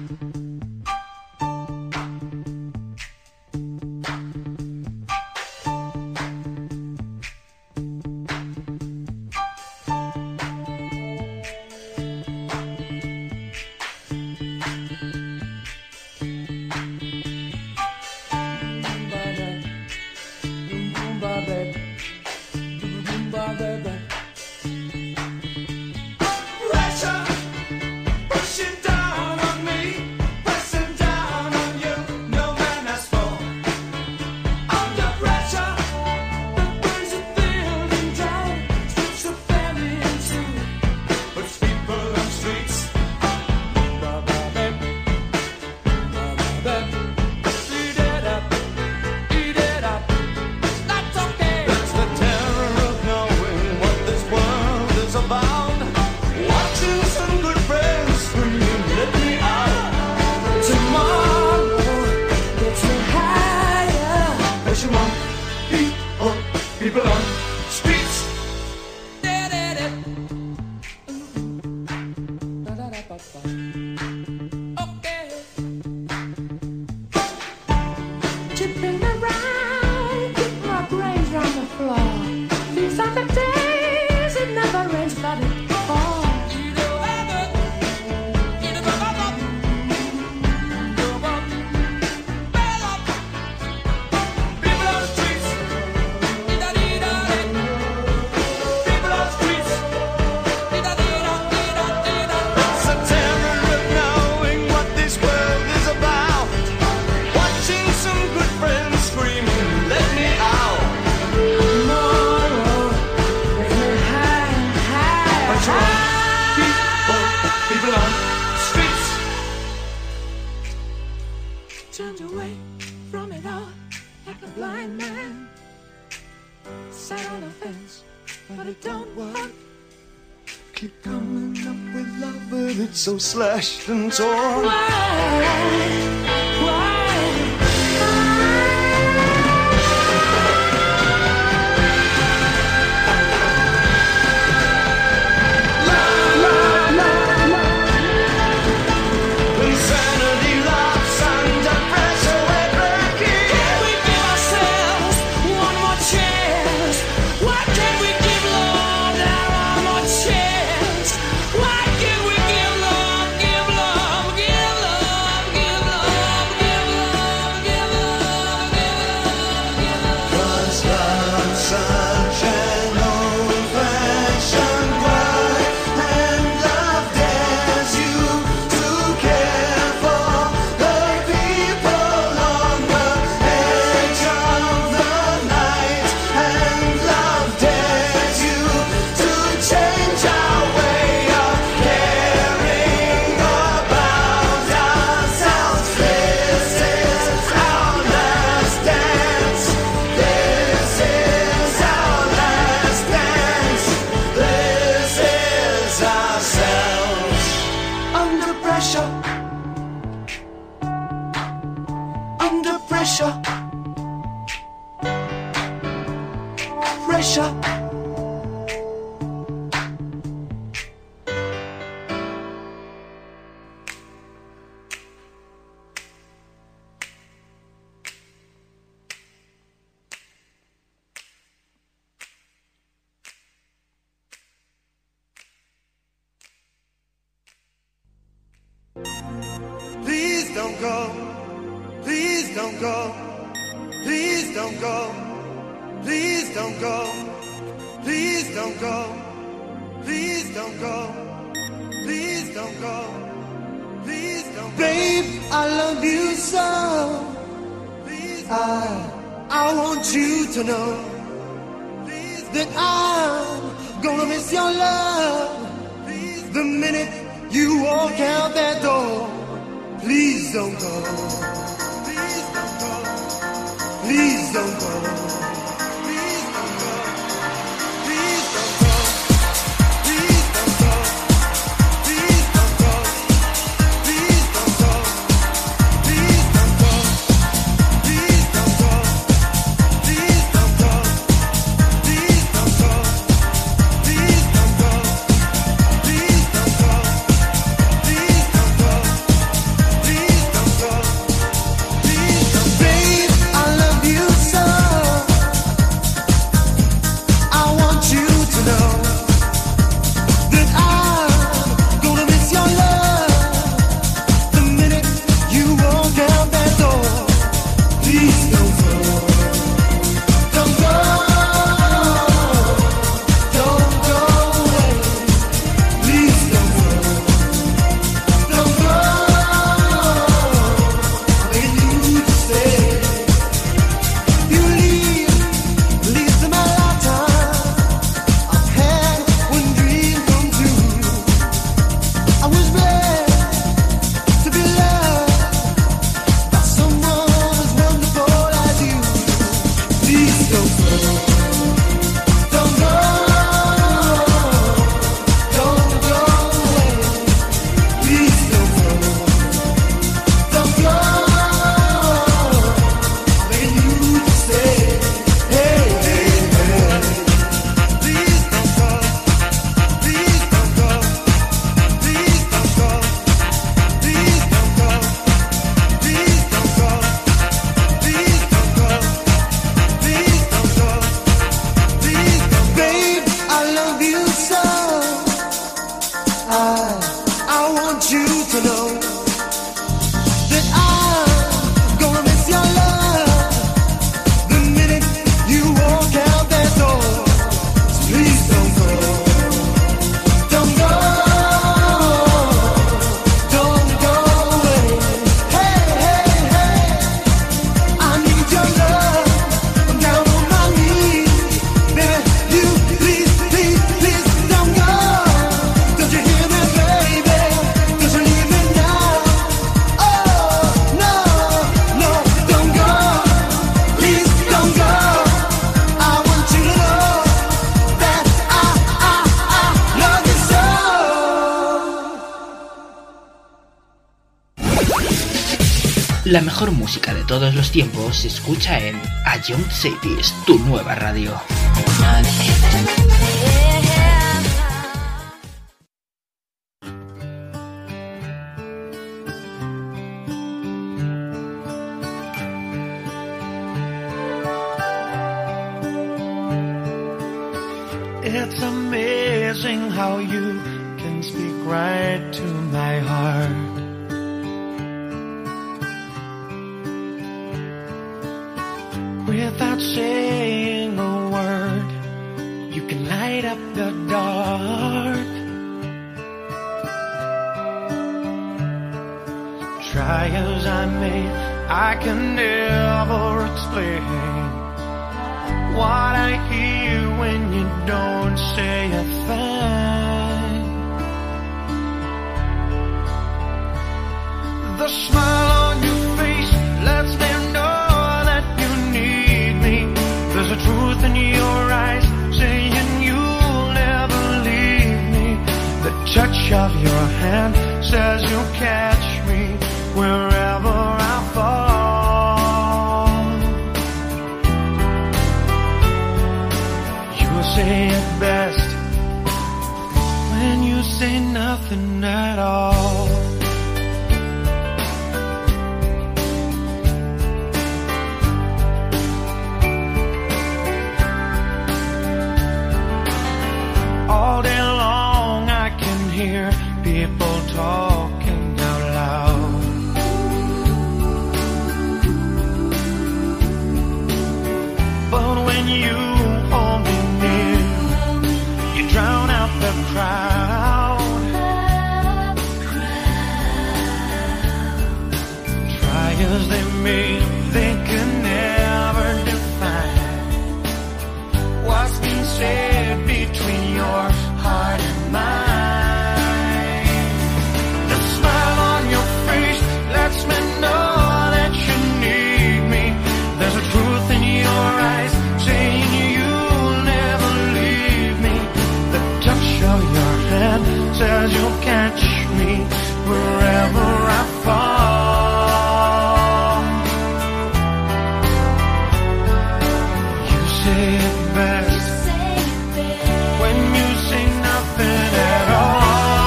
So slashed and torn. Please don't go. Please don't go. Please don't go. Please don't go. Please don't go. Please don't go. Please don't go. Please don't go. Babe, I love you so. I want you to know that I'm gonna miss your love the minute you walk out that door. Please don't go. Please don't go. Please don't go. Please don't go. Please don't go. Please don't go. Please don't go. Please don't go. Please don't go. Please don't go. Please don't go. Please don't go. Please don't go. Please don't go. La mejor música de todos los tiempos se escucha en A Young Cities, tu nueva radio. It's amazing how you can speak right to my heart. Without saying a word, you can light up the dark. Try as I may, I can never explain what I hear when you don't say a thing. The smile on your face lets me know that you need me. There's a truth in your eyes saying you'll never leave me. The touch of your hand says you'll catch me wherever I fall. You say it best when you say nothing at all. All day long I can hear people talking out loud. But when you hold me near, you drown out the crowd. Try as they may, they can never define what's been said between your heart and mine. The smile on your face lets me know that you need me. There's a truth in your eyes saying you'll never leave me. The touch of your hand says you'll catch me wherever I fall. You say it best when you say nothing at all.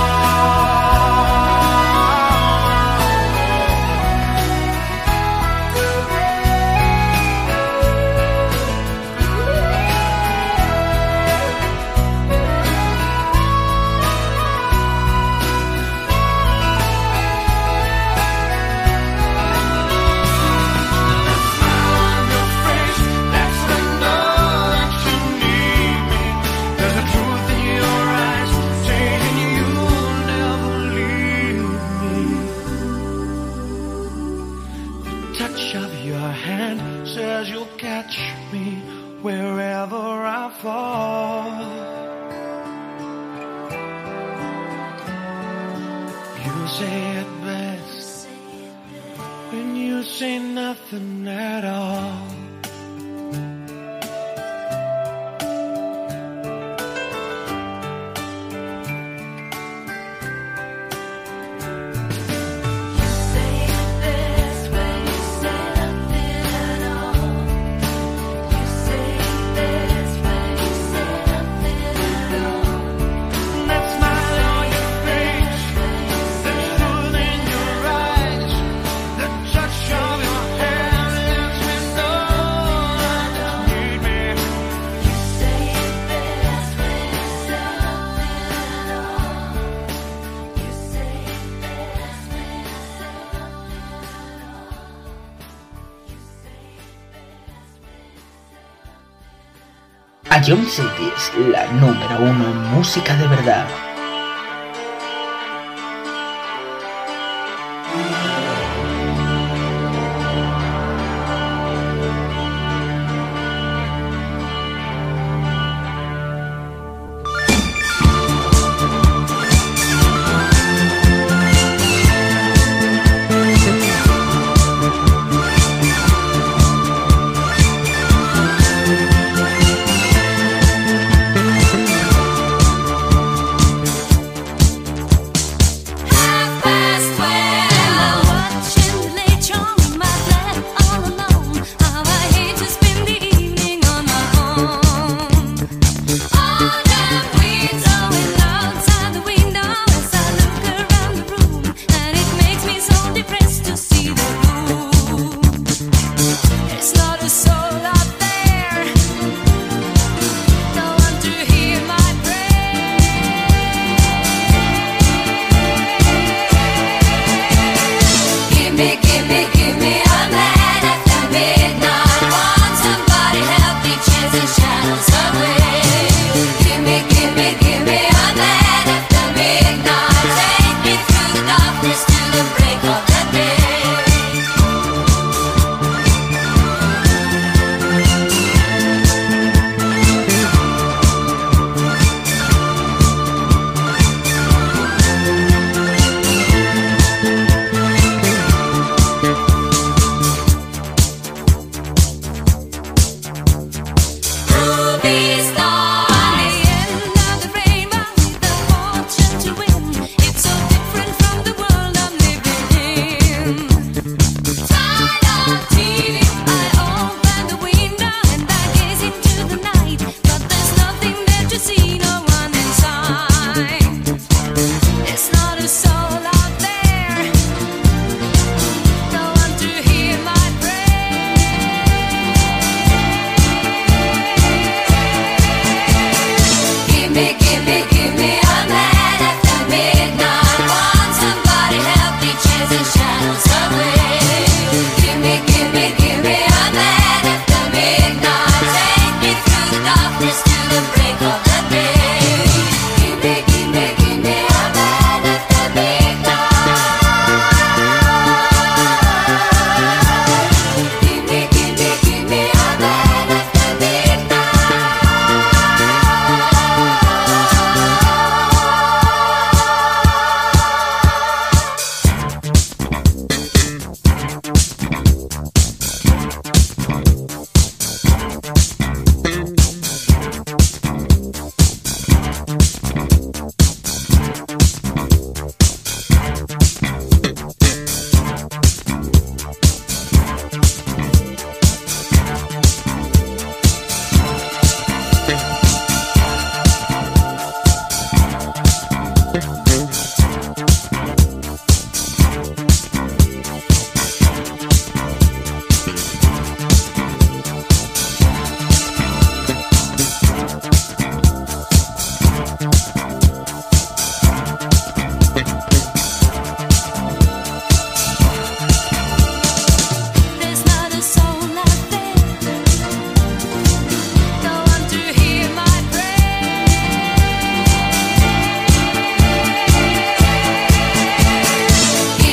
There's a truth in your eyes saying you'll never leave me. The touch of your hand says you'll catch me wherever I fall. You say it best when you say nothing at all. That smile on your face, the truth in your eyes, the touch of your hand lets me know that you need me. You say it best when you say nothing at all. You say it best when you say nothing A Young Cities, la número 1 en música de verdad.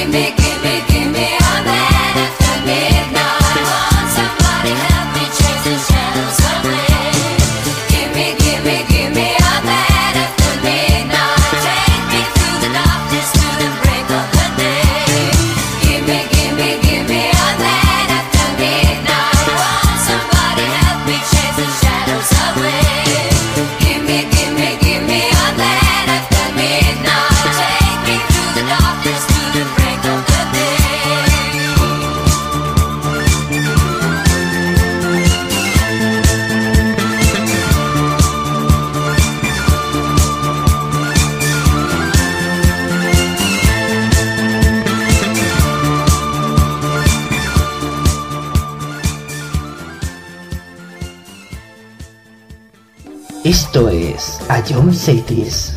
Esto es A Young Cities.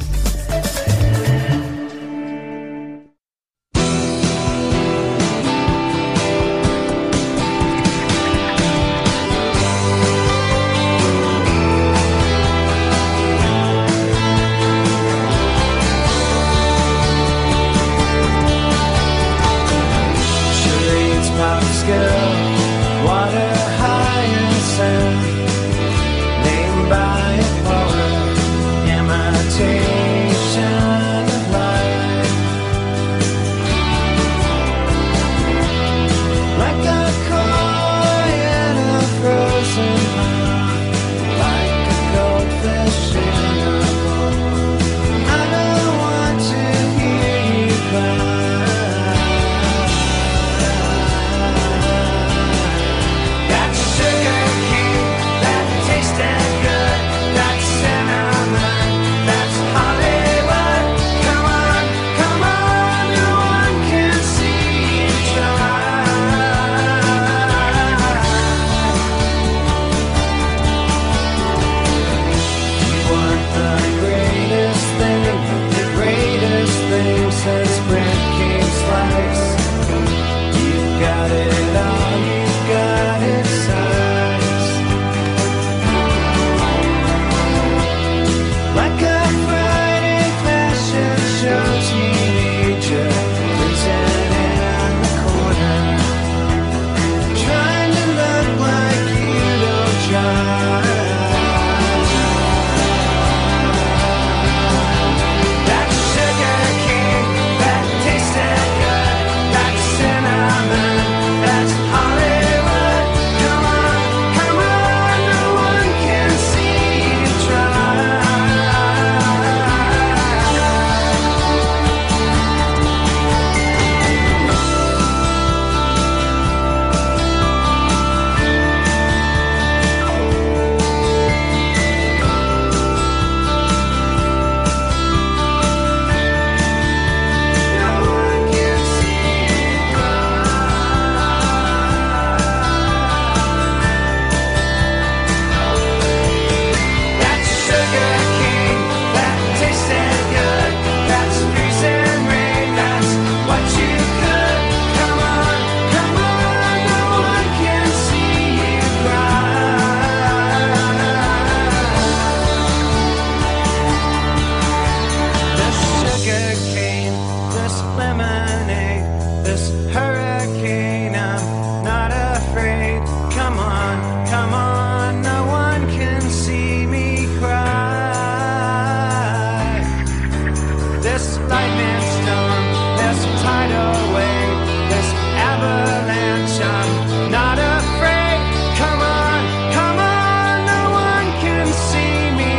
Charades, pop skill, water, high and sound. Named by a poet, imitation of life. Like a koi in a frozen pond, like a goldfish in a bowl. I don't want to hear you cry. That sugar cane, that tasted good, that cinnamon, that's Hollywood. Come on, come on, no one can see you try. You want the greatest thing since bread came slice. You've got it all, you've got it size. Like a Friday fashion show teenager, freezing in the corner, trying to look like you don't try. That sugar cane, that tasted good, that cinnamon, that's Hollywood. Come on, no one can see you try. That sugar cane, that tasted good, that's freezing rain, that's what you could. Come on, no one can see you cry. This sugar cane, this lemonade, this hurricane, I'm not afraid. Come on, no one can see me cry. This lightning storm, this tidal wave, this avalanche, I'm not afraid. Come on, no one can see me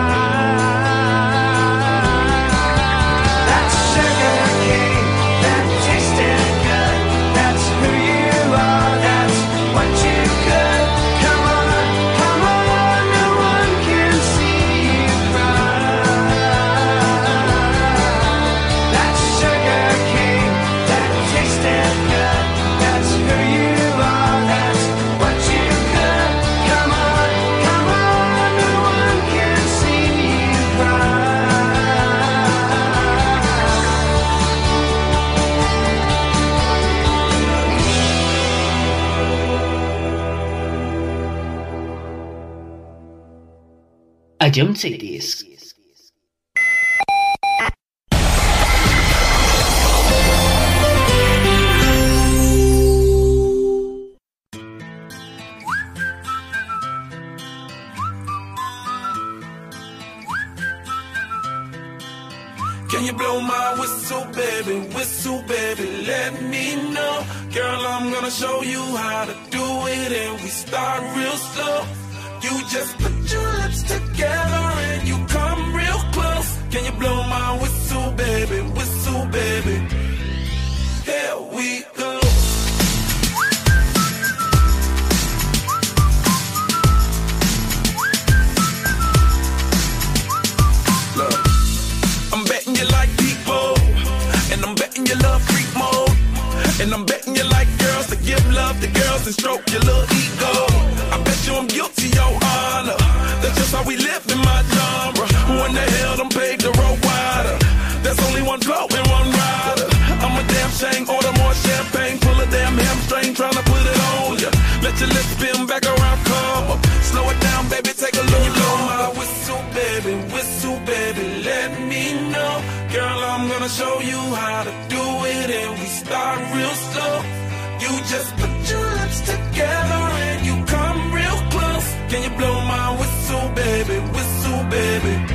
cry. That sugar cane, that tasted good, that's who you are, that's what you could. Come on, no one can see you cry. That sugar cane, that tasted good, that's who you are, that's what you could. Come on, no one can see you cry. A Young Cities. Can you blow my whistle, baby, let me know. Girl, I'm gonna show you how to do it, and we start real slow. You just put your lips together and you come real close. Can you blow my whistle, baby, here we go. Look, I'm betting you like people, and I'm betting you love freak mode, and I'm betting you like girls to give love to girls and stroke your little ego. I bet you I'm guilty, your honor. That's just how we live in my genre. Who in the hell done paved the road wider? There's only one blow and one rider. I'm a damn shame, order more champagne, pull a damn hamstring, tryna put it on ya. Let your lips spin back around, come up. Slow it down, baby, take a look. Blow my whistle, baby, let me know. Girl, I'm gonna show you how to do it, and we start real slow. You just put your lips together and you come real close. Can you blow my whistle, baby,